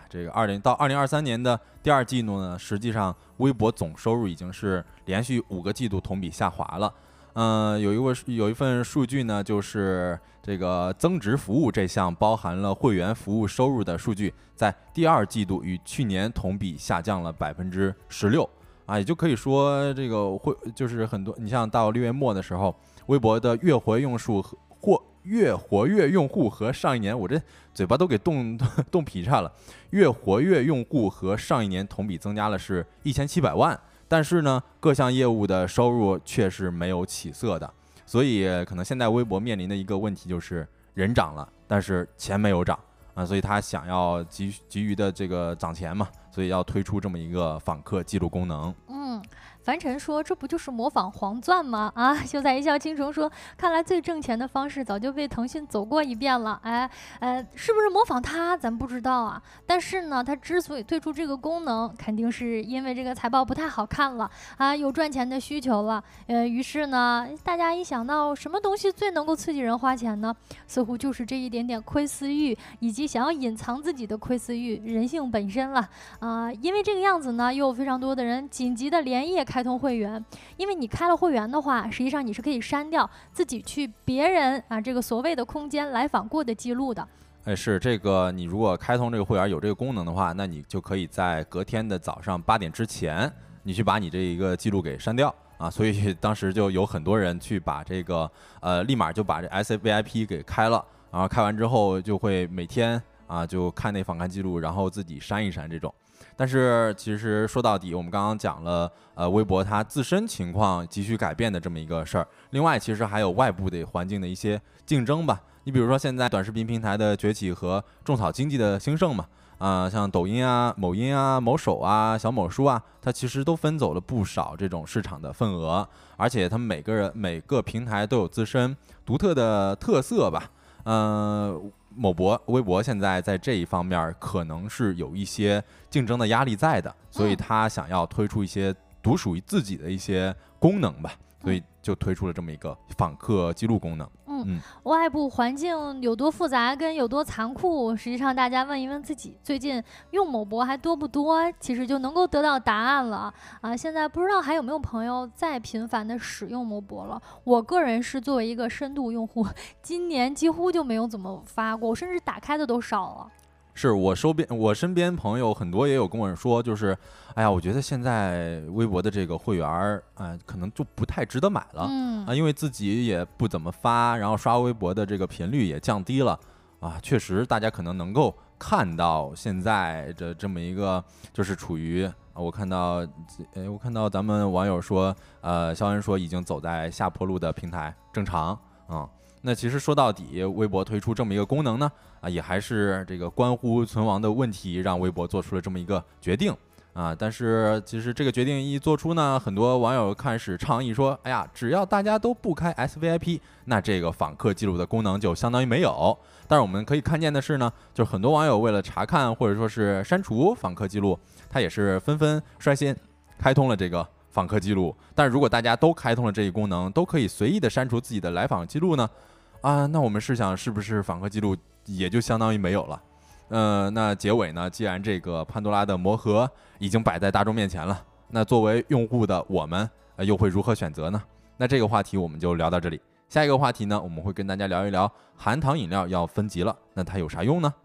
二零到二零二三年的第二季度呢，实际上微博总收入已经是连续五个季度同比下滑了。嗯，有一个有一份数据呢，就是这个增值服务这项包含了会员服务收入的数据，在第二季度与去年同比下降了百分之十六啊，也就可以说这个会就是很多，你像到六月末的时候，微博的月活跃用数或月活跃用户和上一年，我这嘴巴都给冻冻劈叉了，月活跃用户和上一年同比增加了是一千七百万。但是呢，各项业务的收入却是没有起色的，所以可能现在微博面临的一个问题就是人涨了，但是钱没有涨啊，所以他想要急急于的这个涨钱嘛，所以要推出这么一个访客记录功能。 嗯。樊晨说：“这不就是模仿黄钻吗？”啊，秀才一笑倾城说：“看来最挣钱的方式早就被腾讯走过一遍了。哎，呃，是不是模仿他，咱不知道啊。但是呢，他之所以推出这个功能，肯定是因为这个财报不太好看了啊，有赚钱的需求了。呃，于是呢，大家一想到什么东西最能够刺激人花钱呢？似乎就是这一点点窥私欲，以及想要隐藏自己的窥私欲，人性本身了啊。因为这个样子呢，又有非常多的人紧急的连夜开通会员，因为你开了会员的话，实际上你是可以删掉自己去别人啊这个所谓的空间来访过的记录的。 哎，是这个，你如果开通这个会员有这个功能的话，那你就可以在隔天的早上八点之前，你去把你这一个记录给删掉啊。所以当时就有很多人去把这个呃，立马就把这 S V I P 给开了，然后开完之后就会每天啊就看那访看记录，然后自己删一删这种。但是其实说到底，我们刚刚讲了，呃，微博它自身情况急需改变的这么一个事儿。另外，其实还有外部的环境的一些竞争吧。你比如说现在短视频平台的崛起和种草经济的兴盛嘛，啊、呃，像抖音啊、某音啊、某手啊、小某书啊，它其实都分走了不少这种市场的份额，而且他们每个人每个平台都有自身独特的特色吧，嗯、呃。某博、微博现在在这一方面可能是有一些竞争的压力在的，所以他想要推出一些独属于自己的一些功能吧，所以就推出了这么一个访客记录功能。 嗯，嗯外部环境有多复杂跟有多残酷，实际上大家问一问自己，最近用某博还多不多，其实就能够得到答案了啊！现在不知道还有没有朋友再频繁的使用某博了？我个人是作为一个深度用户，今年几乎就没有怎么发过，我甚至打开的都少了。 是我周边我身边朋友很多也有跟我说，就是哎呀，我觉得现在微博的这个会员啊、呃，可能就不太值得买了、 嗯、 啊，因为自己也不怎么发，然后刷微博的这个频率也降低了啊。确实，大家可能能够看到现在的这么一个，就是处于我看到，哎，我看到咱们网友说，呃，肖恩说已经走在下坡路的平台，正常啊。嗯那其实说到底，微博推出这么一个功能呢，啊，也还是这个关乎存亡的问题，让微博做出了这么一个决定啊。但是其实这个决定一做出呢，很多网友开始倡议说，哎呀，只要大家都不开 S V I P， 那这个访客记录的功能就相当于没有。但是我们可以看见的是呢，就是很多网友为了查看或者说是删除访客记录，他也是纷纷率先开通了这个访客记录。但是如果大家都开通了这一功能，都可以随意的删除自己的来访记录呢？啊，那我们试想，是不是访客记录也就相当于没有了？呃，那结尾呢？既然这个潘多拉的魔盒已经摆在大众面前了，那作为用户的我们，呃，又会如何选择呢？那这个话题我们就聊到这里。下一个话题呢，我们会跟大家聊一聊含糖饮料要分级了，那它有啥用呢？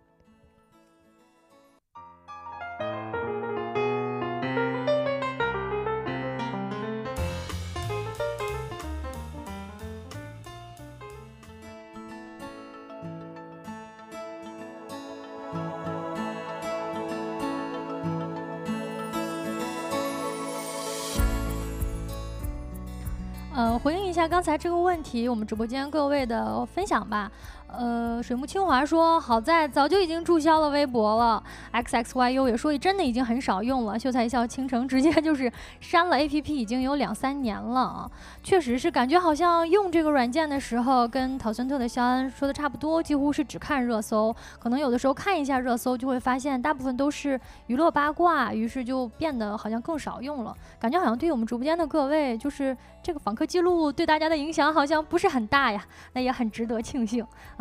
呃，回应一下刚才这个问题，我们直播间各位的分享吧。呃，水木清华说，好在早就已经注销了微博了。X X Y U 也说，真的已经很少用了。秀才一笑倾城直接就是删了 A P P， 已经有两三年了啊。确实是感觉好像用这个软件的时候，跟陶森特的肖恩说的差不多，几乎是只看热搜。可能有的时候看一下热搜，就会发现大部分都是娱乐八卦，于是就变得好像更少用了。感觉好像对于我们直播间的各位，就是这个访客记录对大家的影响好像不是很大呀，那也很值得庆幸。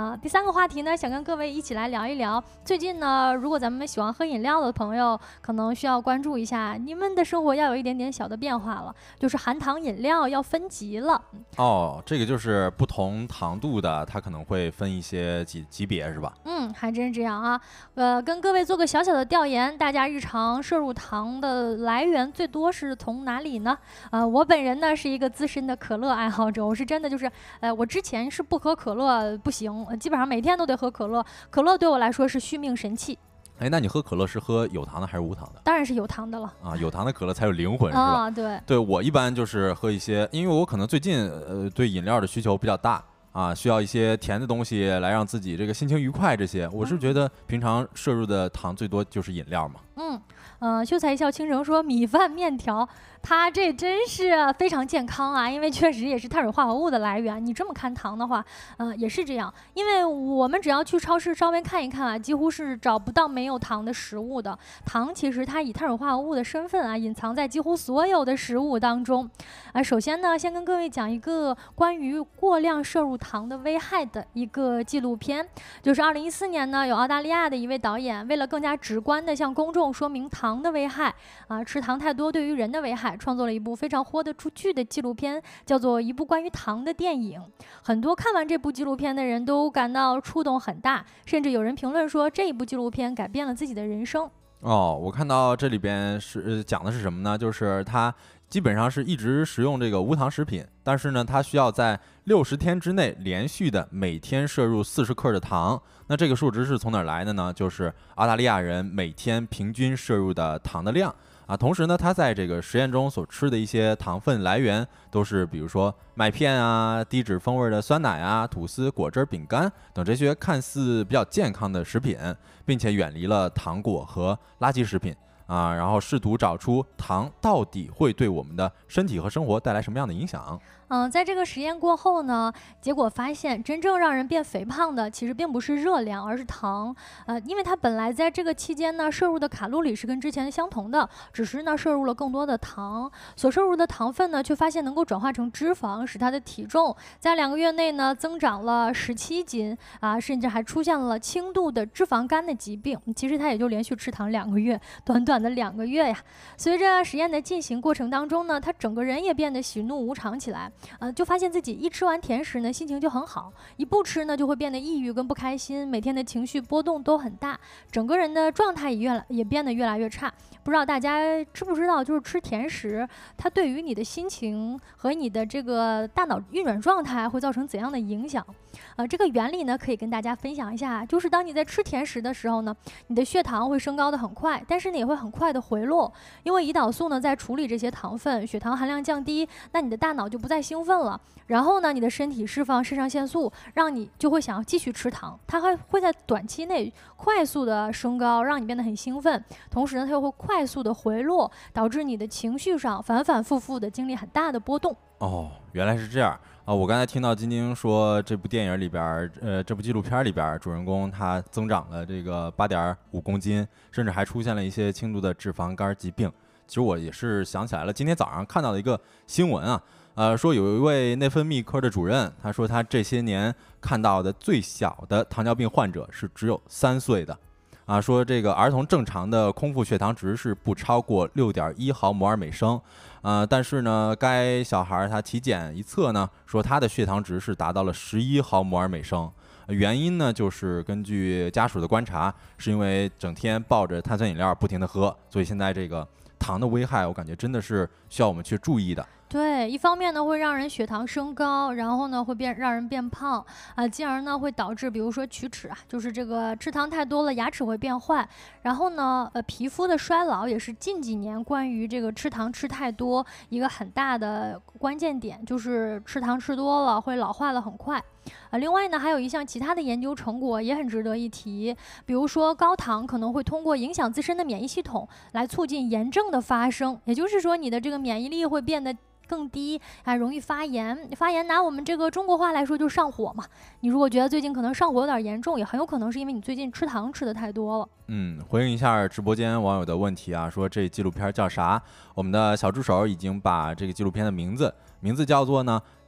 啊、呃。第三个话题呢，想跟各位一起来聊一聊，最近呢，如果咱们喜欢喝饮料的朋友，可能需要关注一下，你们的生活要有一点点小的变化了，就是含糖饮料要分级了。 哦，这个就是不同糖度的，它可能会分一些级级别，是吧？ 嗯，还真是这样啊。呃，跟各位做个小小的调研，大家日常摄入糖的来源最多是从哪里呢？呃，我本人呢是一个资深的可乐爱好者，我是真的就是，呃，我之前是不喝可乐不行，基本上每天都得喝可乐，可乐对我来说是续命神器。 哎，那你喝可乐是喝有糖的还是无糖的？ 当然是有糖的了啊，有糖的可乐才有灵魂，是吧？ 啊，对， 对我一般就是喝一些，因为我可能最近呃对饮料的需求比较大啊，需要一些甜的东西来让自己这个心情愉快。这些我是觉得平常摄入的糖最多就是饮料嘛。 嗯，呃，秀才一笑倾城说米饭面条，它这真是非常健康啊，因为确实也是碳水化合物的来源。你这么看糖的话，呃，也是这样，因为我们只要去超市稍微看一看啊，几乎是找不到没有糖的食物的。糖其实它以碳水化合物的身份啊，隐藏在几乎所有的食物当中。啊、呃，首先呢，先跟各位讲一个关于过量摄入糖的危害的一个纪录片，就是二零一四年呢，有澳大利亚的一位导演，为了更加直观的向公众说明糖的危害啊、呃，吃糖太多对于人的危害，创作了一部非常豁得出去的纪录片，叫做《一部关于糖的电影》。很多看完这部纪录片的人都感到触动很大，甚至有人评论说这一部纪录片改变了自己的人生。 哦，我看到这里边是、呃、讲的是什么呢？就是他基本上是一直食用这个无糖食品，但是呢，他需要在六十天之内连续的每天摄入四十克的糖。那这个数值是从哪儿来的呢？就是澳大利亚人每天平均摄入的糖的量啊。同时呢，他在这个实验中所吃的一些糖分来源都是比如说麦片啊、低脂风味的酸奶啊、吐司、果汁、饼干等这些看似比较健康的食品，并且远离了糖果和垃圾食品啊，然后试图找出糖到底会对我们的身体和生活带来什么样的影响。 嗯，在这个实验过后呢，结果发现真正让人变肥胖的其实并不是热量，而是糖。呃，因为它本来在这个期间呢，摄入的卡路里是跟之前相同的，只是呢摄入了更多的糖，所摄入的糖分呢，却发现能够转化成脂肪，使它的体重在两个月内呢增长了十七斤啊，甚至还出现了轻度的脂肪肝的疾病。其实它也就连续吃糖两个月，短短的两个月呀。随着实验的进行过程当中呢，他整个人也变得喜怒无常起来。呃，就发现自己一吃完甜食呢，心情就很好；一不吃呢，就会变得抑郁跟不开心，每天的情绪波动都很大，整个人的状态也越来也变得越来越差。不知道大家知不知道，就是吃甜食，它对于你的心情和你的这个大脑运转状态会造成怎样的影响？呃，这个原理呢，可以跟大家分享一下。就是当你在吃甜食的时候呢，你的血糖会升高的很快，但是呢也会很快的回落，因为胰岛素呢在处理这些糖分，血糖含量降低，那你的大脑就不再兴奋了。然后呢，你的身体释放肾上腺素，让你就会想要继续吃糖，它还会在短期内快速的升高，让你变得很兴奋。同时呢，它又会快速的回落，导致你的情绪上反反复复的经历很大的波动。 哦，原来是这样啊！我刚才听到晶晶说，这部电影里边，呃，这部纪录片里边，主人公他增长了这个八点五公斤，甚至还出现了一些轻度的脂肪肝疾病。其实我也是想起来了，今天早上看到的一个新闻啊，呃，说有一位内分泌科的主任，他说他这些年看到的最小的糖尿病患者是只有三岁的。啊，说这个儿童正常的空腹血糖值是不超过六点一毫摩尔每升，呃，但是呢，该小孩他体检一测呢，说他的血糖值是达到了十一毫摩尔每升。原因呢，就是根据家属的观察，是因为整天抱着碳酸饮料不停的喝，所以现在这个糖的危害，我感觉真的是需要我们去注意的。 对，一方面呢会让人血糖升高，然后呢会变让人变胖啊、呃，进而呢会导致比如说龋齿啊，就是这个吃糖太多了，牙齿会变坏。然后呢，呃，皮肤的衰老也是近几年关于这个吃糖吃太多一个很大的关键点，就是吃糖吃多了会老化的很快。呃，另外呢，还有一项其他的研究成果也很值得一提，比如说高糖可能会通过影响自身的免疫系统来促进炎症的发生，也就是说你的这个免疫力会变得更低，还容易发炎。发炎拿我们这个中国话来说就是上火嘛。你如果觉得最近可能上火有点严重，也很有可能是因为你最近吃糖吃的太多了。 嗯，回应一下直播间网友的问题啊，说这纪录片叫啥？我们的小助手已经把这个纪录片的名字名字叫做呢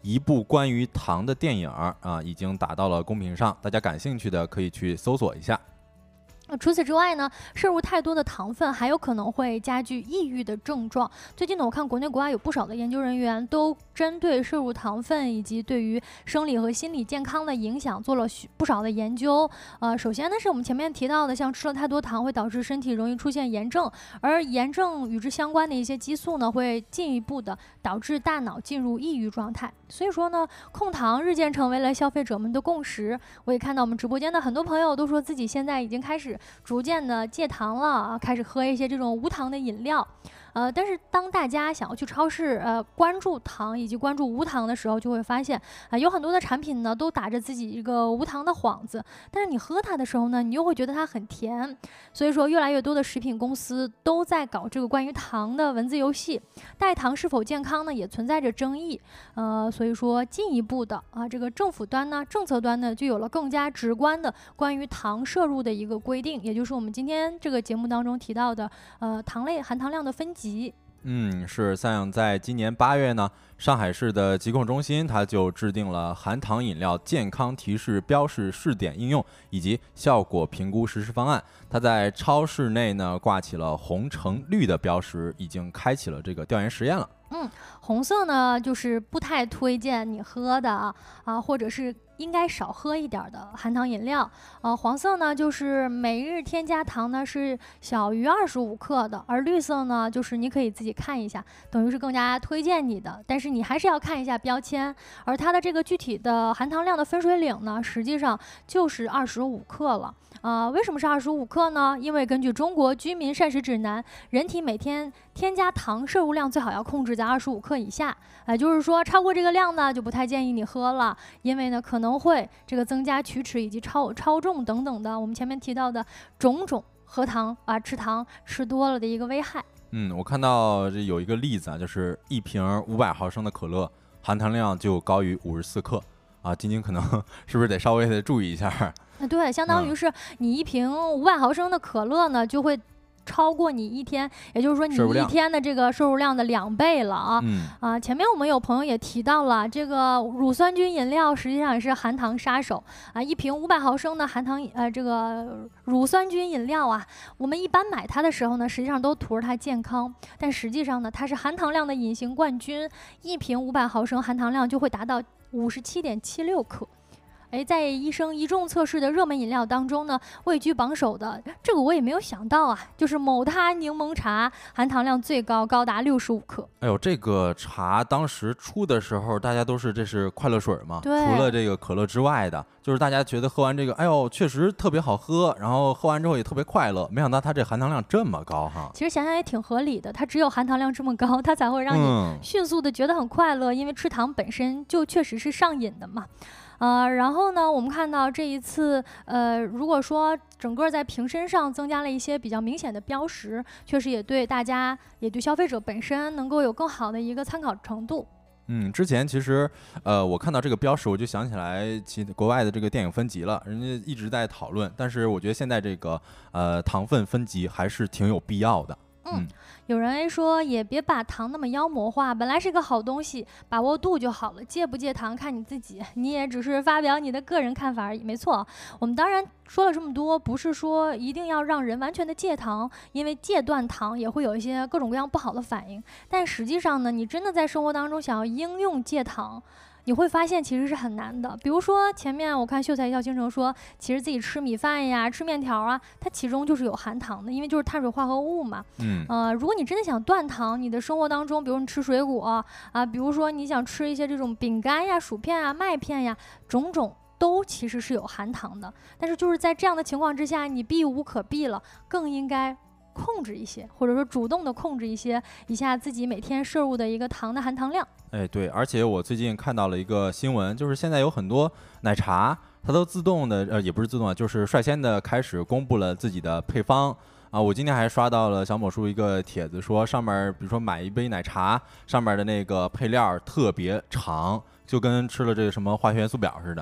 一部关于糖的电影啊，已经打到了公屏上，大家感兴趣的可以去搜索一下。 除此之外呢，摄入太多的糖分还有可能会加剧抑郁的症状。最近呢，我看国内国外有不少的研究人员都针对摄入糖分以及对于生理和心理健康的影响做了不少的研究。呃，首先呢是我们前面提到的，像吃了太多糖会导致身体容易出现炎症，而炎症与之相关的一些激素呢，会进一步的导致大脑进入抑郁状态。所以说呢，控糖日渐成为了消费者们的共识。我也看到我们直播间的很多朋友都说自己现在已经开始逐渐的戒糖了，开始喝一些这种无糖的饮料。呃，但是当大家想要去超市呃关注糖以及关注无糖的时候，就会发现啊、呃，有很多的产品呢都打着自己一个无糖的幌子，但是你喝它的时候呢，你又会觉得它很甜。所以说，越来越多的食品公司都在搞这个关于糖的文字游戏，代糖是否健康呢，也存在着争议。呃，所以说进一步的啊，这个政府端呢、政策端呢，就有了更加直观的关于糖摄入的一个规定，也就是我们今天这个节目当中提到的呃糖类含糖量的分级。 嗯，是像在今年八月呢，上海市的疾控中心它就制定了含糖饮料健康提示标识试点应用以及效果评估实施方案。它在超市内呢挂起了红橙绿的标识，已经开启了这个调研实验了。 嗯，红色呢就是不太推荐你喝的啊，啊或者是应该少喝一点的含糖饮料。呃，黄色呢就是每日添加糖呢是小于二十五克的，而绿色呢就是你可以自己看一下，等于是更加推荐你的，但是你还是要看一下标签。而它的这个具体的含糖量的分水岭呢，实际上就是二十五克了。啊、呃，为什么是二十五克呢？因为根据中国居民膳食指南，人体每天添加糖摄入量最好要控制在二十五克以下。也、呃、就是说，超过这个量呢，就不太建议你喝了，因为呢可能会这个增加龋齿以及超超重等等的我们前面提到的种种喝糖啊、吃糖吃多了的一个危害。 嗯，我看到这有一个例子啊，就是一瓶五百毫升的可乐，含糖量就高于五十四克啊。晶晶可能是不是得稍微的注意一下？ 对，相当于是你一瓶五百毫升的可乐呢，就会超过你一天，也就是说你一天的这个摄入量的两倍了啊！ 嗯啊，前面我们有朋友也提到了，这个乳酸菌饮料实际上也是含糖杀手啊！一瓶五百毫升的含糖呃这个乳酸菌饮料啊，我们一般买它的时候呢，实际上都图着它健康，但实际上呢，它是含糖量的隐形冠军，一瓶五百毫升含糖量就会达到五十七点七六克。哎，在医生一众测试的热门饮料当中呢，位居榜首的，这个我也没有想到啊，就是某他柠檬茶，含糖量最高，高达六十五克。 哎呦，这个茶当时出的时候，大家都是这是快乐水嘛，除了这个可乐之外的，就是大家觉得喝完这个，哎呦，确实特别好喝，然后喝完之后也特别快乐。没想到它这含糖量这么高哈。 其实想想也挺合理的，它只有含糖量这么高，它才会让你迅速的觉得很快乐，嗯、因为吃糖本身就确实是上瘾的嘛。呃，然后呢，我们看到这一次，呃，如果说整个在瓶身上增加了一些比较明显的标识，确实也对大家，也对消费者本身能够有更好的一个参考程度。 嗯，之前其实，呃，我看到这个标识，我就想起来其国外的这个电影分级了，人家一直在讨论，但是我觉得现在这个呃糖分分级还是挺有必要的。 嗯，有人说也别把糖那么妖魔化，本来是个好东西，把握度就好了。戒不戒糖看你自己，你也只是发表你的个人看法而已。没错，我们当然说了这么多，不是说一定要让人完全的戒糖，因为戒断糖也会有一些各种各样不好的反应。但实际上呢，你真的在生活当中想要应用戒糖，你会发现其实是很难的。比如说前面我看秀才笑倾城说，其实自己吃米饭呀、吃面条啊，它其中就是有含糖的，因为就是碳水化合物嘛。 嗯。 呃，如果你真的想断糖，你的生活当中，比如你吃水果啊，比如说你想吃一些这种饼干呀、薯片啊、麦片呀，种种都其实是有含糖的。但是就是在这样的情况之下，你避无可避了，更应该控制一些，或者说主动的控制一些一下自己每天摄入的一个糖的含糖量。 哎，对，而且我最近看到了一个新闻，就是现在有很多奶茶，它都自动的，呃，也不是自动的，就是率先的开始公布了自己的配方啊。我今天还刷到了小某书一个帖子，说上面比如说买一杯奶茶，上面的那个配料特别长，就跟吃了这个什么化学元素表似的。 嗯，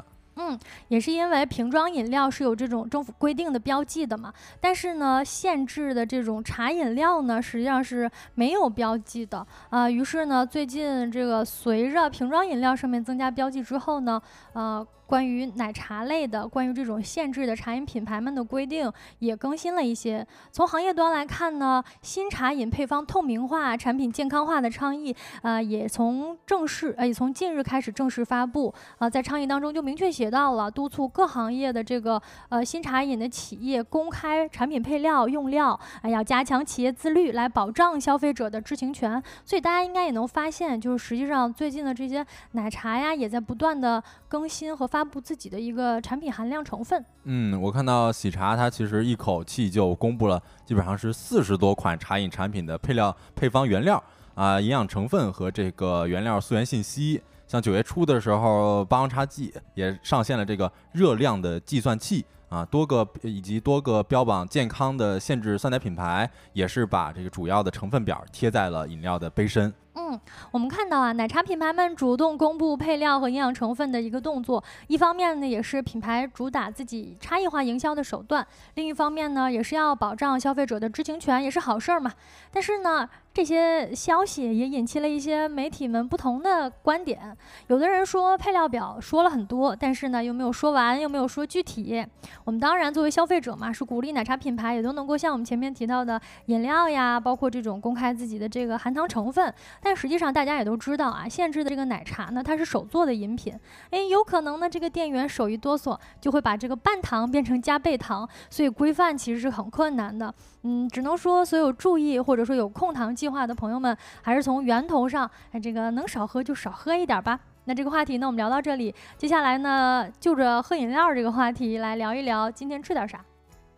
嗯，也是因为瓶装饮料是有这种政府规定的标记的嘛，但是呢，限制的这种茶饮料呢，实际上是没有标记的啊、呃。于是呢，最近这个随着瓶装饮料上面增加标记之后呢，呃。关于奶茶类的，关于这种限制的茶饮品牌们的规定也更新了一些。从行业端来看呢，新茶饮配方透明化、产品健康化的倡议，呃，也从正式，呃，也从近日开始正式发布。呃，在倡议当中就明确写到了，督促各行业的这个呃新茶饮的企业公开产品配料、用料，呃，要加强企业自律，来保障消费者的知情权。所以大家应该也能发现，就是实际上最近的这些奶茶呀，也在不断的更新和发布自己的一个产品含量成分。 嗯，我看到喜茶它其实一口气就公布了基本上是四十多款茶饮产品的配料、配方原料啊、营养成分和这个原料溯源信息。像九月初的时候，八王茶记也上线了这个热量的计算器啊，多个以及多个标榜健康的限制酸奶品牌也是把这个主要的成分表贴在了饮料的杯身。 嗯，我们看到啊，奶茶品牌们主动公布配料和营养成分的一个动作，一方面呢，也是品牌主打自己差异化营销的手段；另一方面呢，也是要保障消费者的知情权，也是好事儿嘛。但是呢，这些消息也引起了一些媒体们不同的观点。有的人说配料表说了很多，但是呢又没有说完，又没有说具体。我们当然作为消费者嘛，是鼓励奶茶品牌也都能够像我们前面提到的饮料呀，包括这种公开自己的这个含糖成分。但实际上大家也都知道啊，限制的这个奶茶呢，它是手做的饮品，诶，有可能呢这个店员手一哆嗦，就会把这个半糖变成加倍糖，所以规范其实是很困难的。嗯，只能说所有注意或者说有控糖计划的朋友们，还是从源头上，哎，这个能少喝就少喝一点吧。那这个话题呢，我们聊到这里，接下来呢，就着喝饮料这个话题来聊一聊今天吃点啥。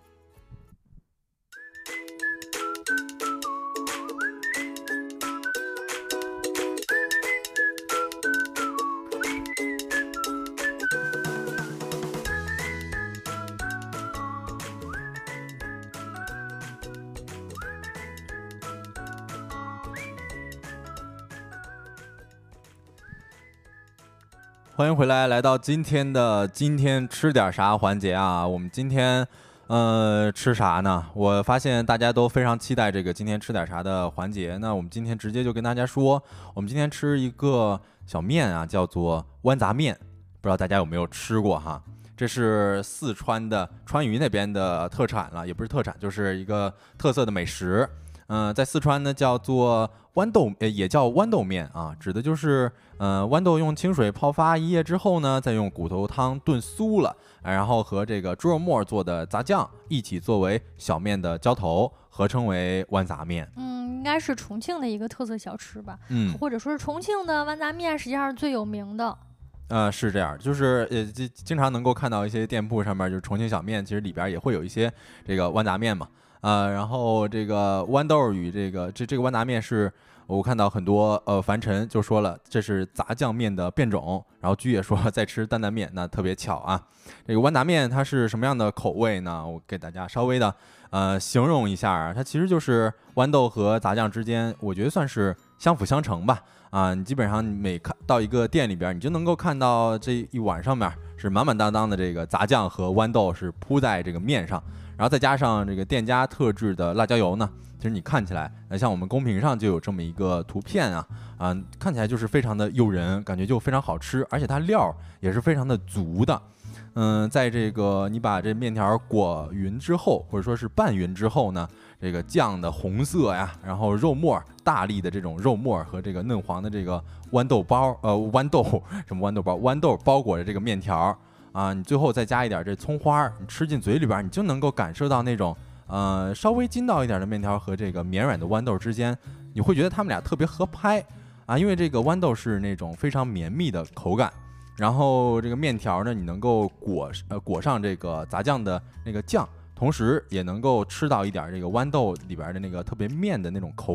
欢迎回来，来到今天的今天吃点啥环节啊？我们今天呃吃啥呢？我发现大家都非常期待这个今天吃点啥的环节。那我们今天直接就跟大家说，我们今天吃一个小面啊，叫做豌杂面，不知道大家有没有吃过哈？这是四川的川渝那边的特产了，也不是特产，就是一个特色的美食。嗯、呃，在四川呢叫做豌豆，呃，也叫豌豆面啊，指的就是呃豌豆用清水泡发一夜之后呢，再用骨头汤炖酥了，然后和这个猪肉末做的杂酱一起作为小面的浇头，合称为豌杂面。 嗯，应该是重庆的一个特色小吃吧， 嗯， 或者说是重庆的豌杂面实际上是最有名的。 呃，是这样，就是呃，经经常能够看到一些店铺上面，就是重庆小面，其实里边也会有一些这个豌杂面嘛。啊、呃，然后这个豌豆与这个这这个豌杂面是我看到很多呃樊晨就说了，这是杂酱面的变种。然后居也说在吃担担面，那特别巧啊。这个豌杂面它是什么样的口味呢？我给大家稍微的呃形容一下，它其实就是豌豆和杂酱之间，我觉得算是相辅相成吧。啊，你基本上每看到一个店里边，你就能够看到这一碗上面是满满当当的这个杂酱和豌豆是铺在这个面上。然后再加上这个店家特制的辣椒油呢，其实你看起来，呃，像我们公屏上就有这么一个图片啊，啊、呃，看起来就是非常的诱人，感觉就非常好吃，而且它料也是非常的足的。嗯，在这个你把这面条裹匀之后，或者说是拌匀之后呢，这个酱的红色呀，然后肉末大粒的这种肉末和这个嫩黄的这个豌豆包，呃，豌豆什么豌豆包，豌豆包裹着这个面条。啊，你最后再加一点这葱花，你吃进嘴里边，你就能够感受到那种呃稍微筋道一点的面条和这个绵软的豌豆之间，你会觉得它们俩特别合拍啊，因为这个豌豆是那种非常绵密的口感，然后这个面条呢，你能够裹呃裹上这个杂酱的那个酱，同时也能够吃到一点这个豌豆里边的那个特别面的那种口感，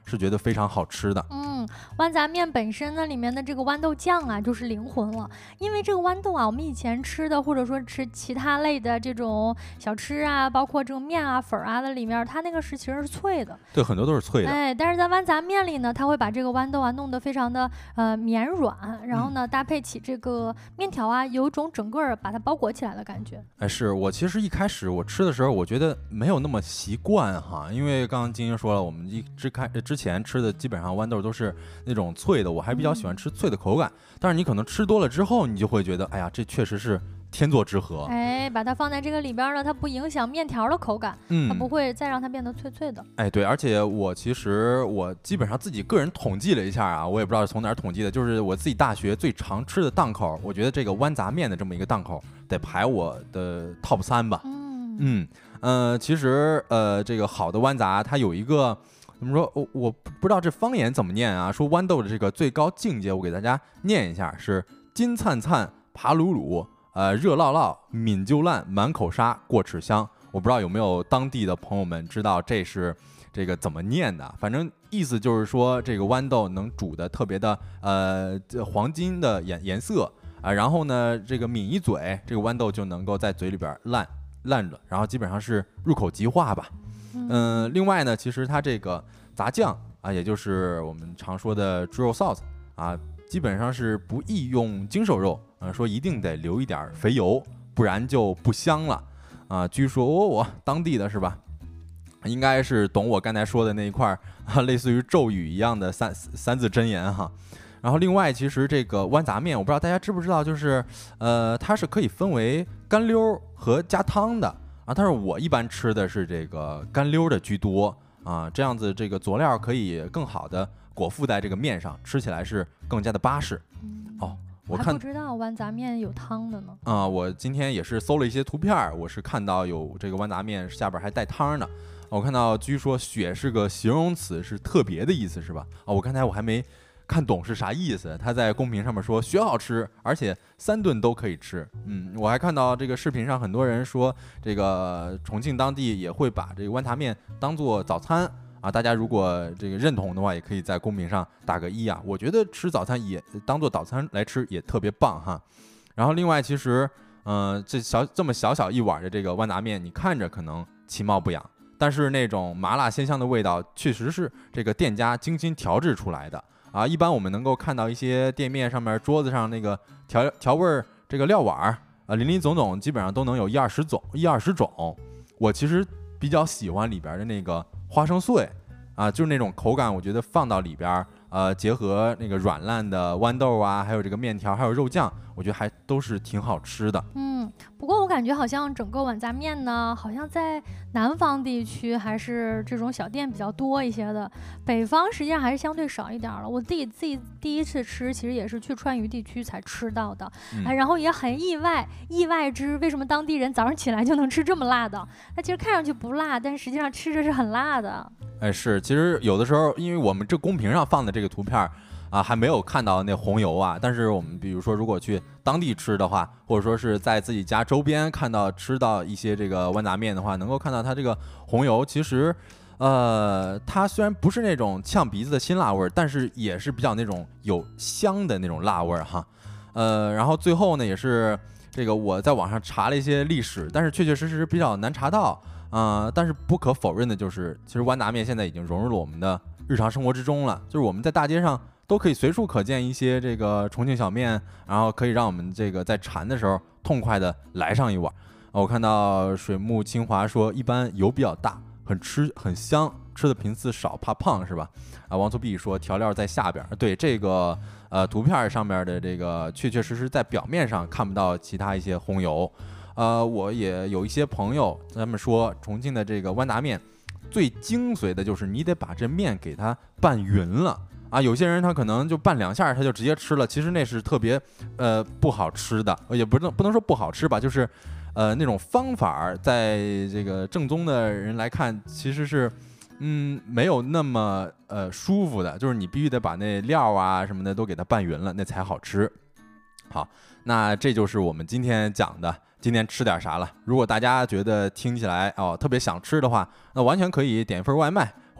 是觉得非常好吃的。 嗯，豌杂面本身呢，里面的这个豌豆酱啊，就是灵魂了。因为这个豌豆啊，我们以前吃的，或者说吃其他类的这种小吃啊，包括这种面啊、粉啊的里面，它那个是其实是脆的。 对，很多都是脆的。 哎，但是在豌杂面里呢，它会把这个豌豆啊弄得非常的呃绵软，然后呢、嗯、搭配起这个面条啊，有一种整个把它包裹起来的感觉。 哎，是我其实一开始我吃的时候，我觉得没有那么习惯哈，因为刚刚晶晶说了，我们一之开之前吃的基本上豌豆都是那种脆的，我还比较喜欢吃脆的口感。嗯、但是你可能吃多了之后，你就会觉得，哎呀，这确实是天作之合。 哎，把它放在这个里边呢，它不影响面条的口感，嗯，它不会再让它变得脆脆的。 哎，对，而且我其实我基本上自己个人统计了一下啊，我也不知道是从哪儿统计的，就是我自己大学最常吃的档口，我觉得这个豌杂面的这么一个档口得排我的 top 三吧。 嗯嗯呃，其实呃，这个好的豌杂它有一个。怎么说？我我不知道这方言怎么念啊？说豌豆的这个最高境界，我给大家念一下：是金灿灿、爬鲁鲁、呃热烙烙、抿就烂、满口沙、过齿香。我不知道有没有当地的朋友们知道这是这个怎么念的？反正意思就是说，这个豌豆能煮的特别的呃黄金的颜颜色啊，然后呢，这个抿一嘴，这个豌豆就能够在嘴里边烂烂着，然后基本上是入口即化吧。嗯、呃，另外呢，其实它这个杂酱啊，也就是我们常说的猪肉 sauce 啊，基本上是不宜用精瘦肉，啊，说一定得留一点肥油，不然就不香了啊。据说我、哦、我当地的是吧，应该是懂我刚才说的那一块啊，类似于咒语一样的三三字真言哈。然后另外，其实这个豌杂面，我不知道大家知不知道，就是呃，它是可以分为干溜和加汤的。啊，但是我一般吃的是这个干溜的居多啊，这样子这个佐料可以更好的裹附在这个面上，吃起来是更加的巴适。 嗯、 哦，我看不知道豌杂面有汤的呢。 啊，我今天也是搜了一些图片，我是看到有这个豌杂面下边还带汤的。我看到据说雪是个形容词，是特别的意思是吧？啊，我刚才我还没看懂是啥意思，他在公屏上面说雪好吃，而且三顿都可以吃。嗯，我还看到这个视频上很多人说，这个重庆当地也会把这个豌杂面当做早餐啊。大家如果这个认同的话，也可以在公屏上打个一啊。我觉得吃早餐也当做早餐来吃也特别棒哈。然后另外，其实嗯、呃，这小这么小小一碗的这个豌杂面，你看着可能其貌不扬，但是那种麻辣鲜香的味道，确实是这个店家精心调制出来的。啊，一般我们能够看到一些店面上面桌子上那个调调味儿这个料碗儿啊，林林总总，基本上都能有一二十种，一二十种。我其实比较喜欢里边的那个花生碎啊，就是那种口感，我觉得放到里边，呃，结合那个软烂的豌豆啊，还有这个面条，还有肉酱，我觉得还都是挺好吃的。 嗯，不过我感觉好像整个豌杂面呢，好像在南方地区还是这种小店比较多一些的，北方实际上还是相对少一点了。我自己自己第一次吃，其实也是去川渝地区才吃到的，嗯、哎，然后也很意外，意外之为什么当地人早上起来就能吃这么辣的？它其实看上去不辣，但实际上吃着是很辣的。 哎，是，其实有的时候，因为我们这公屏上放的这个图片。啊，还没有看到那红油啊，但是我们比如说，如果去当地吃的话，或者说是在自己家周边看到吃到一些这个豌杂面的话，能够看到它这个红油，其实，呃，它虽然不是那种呛鼻子的辛辣味儿，但是也是比较那种有香的那种辣味儿哈。呃，然后最后呢，也是这个我在网上查了一些历史，但是确确实实比较难查到啊、呃。但是不可否认的就是，其实豌杂面现在已经融入了我们的日常生活之中了，就是我们在大街上。都可以随处可见一些这个重庆小面，然后可以让我们这个在馋的时候痛快的来上一碗。我看到水木清华说，一般油比较大，很吃很香，吃的频次少怕胖是吧？啊，王粗碧说调料在下边，对这个呃图片上面的这个确确实实在表面上看不到其他一些红油。呃，我也有一些朋友他们说，重庆的这个豌杂面最精髓的就是你得把这面给它拌匀了。啊，有些人他可能就拌两下他就直接吃了，其实那是特别呃不好吃的，也不能不能说不好吃吧，就是呃那种方法在这个正宗的人来看其实是嗯没有那么呃舒服的，就是你必须得把那料啊什么的都给它拌匀了，那才好吃。好，那这就是我们今天讲的今天吃点啥了。如果大家觉得听起来哦特别想吃的话，那完全可以点一份外卖。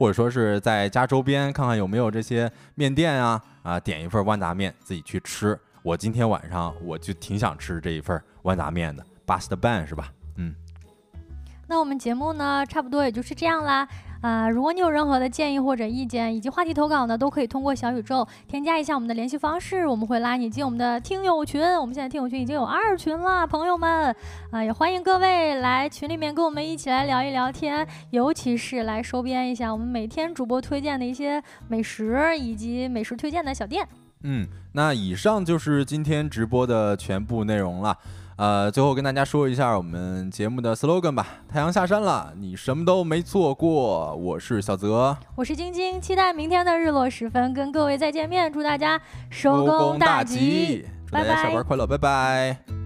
或者说是在家周边看看有没有这些面店啊，啊，点一份豌杂面自己去吃。我今天晚上我就挺想吃这一份豌杂面的 ，Bast Ban 是吧？嗯。 那我们节目呢，差不多也就是这样啦。啊、呃，如果你有任何的建议或者意见，以及话题投稿呢，都可以通过小宇宙添加一下我们的联系方式，我们会拉你进我们的听友群。我们现在听友群已经有二群了，朋友们，啊、呃，也欢迎各位来群里面跟我们一起来聊一聊天，尤其是来收编一下我们每天主播推荐的一些美食以及美食推荐的小店。 嗯，那以上就是今天直播的全部内容了。呃，最后跟大家说一下我们节目的 slogan 吧。太阳下山了，你什么都没错过。我是小泽， 我是晶晶，期待明天的日落时分跟各位再见面。祝大家收工大吉， 祝大家下班快乐，拜拜。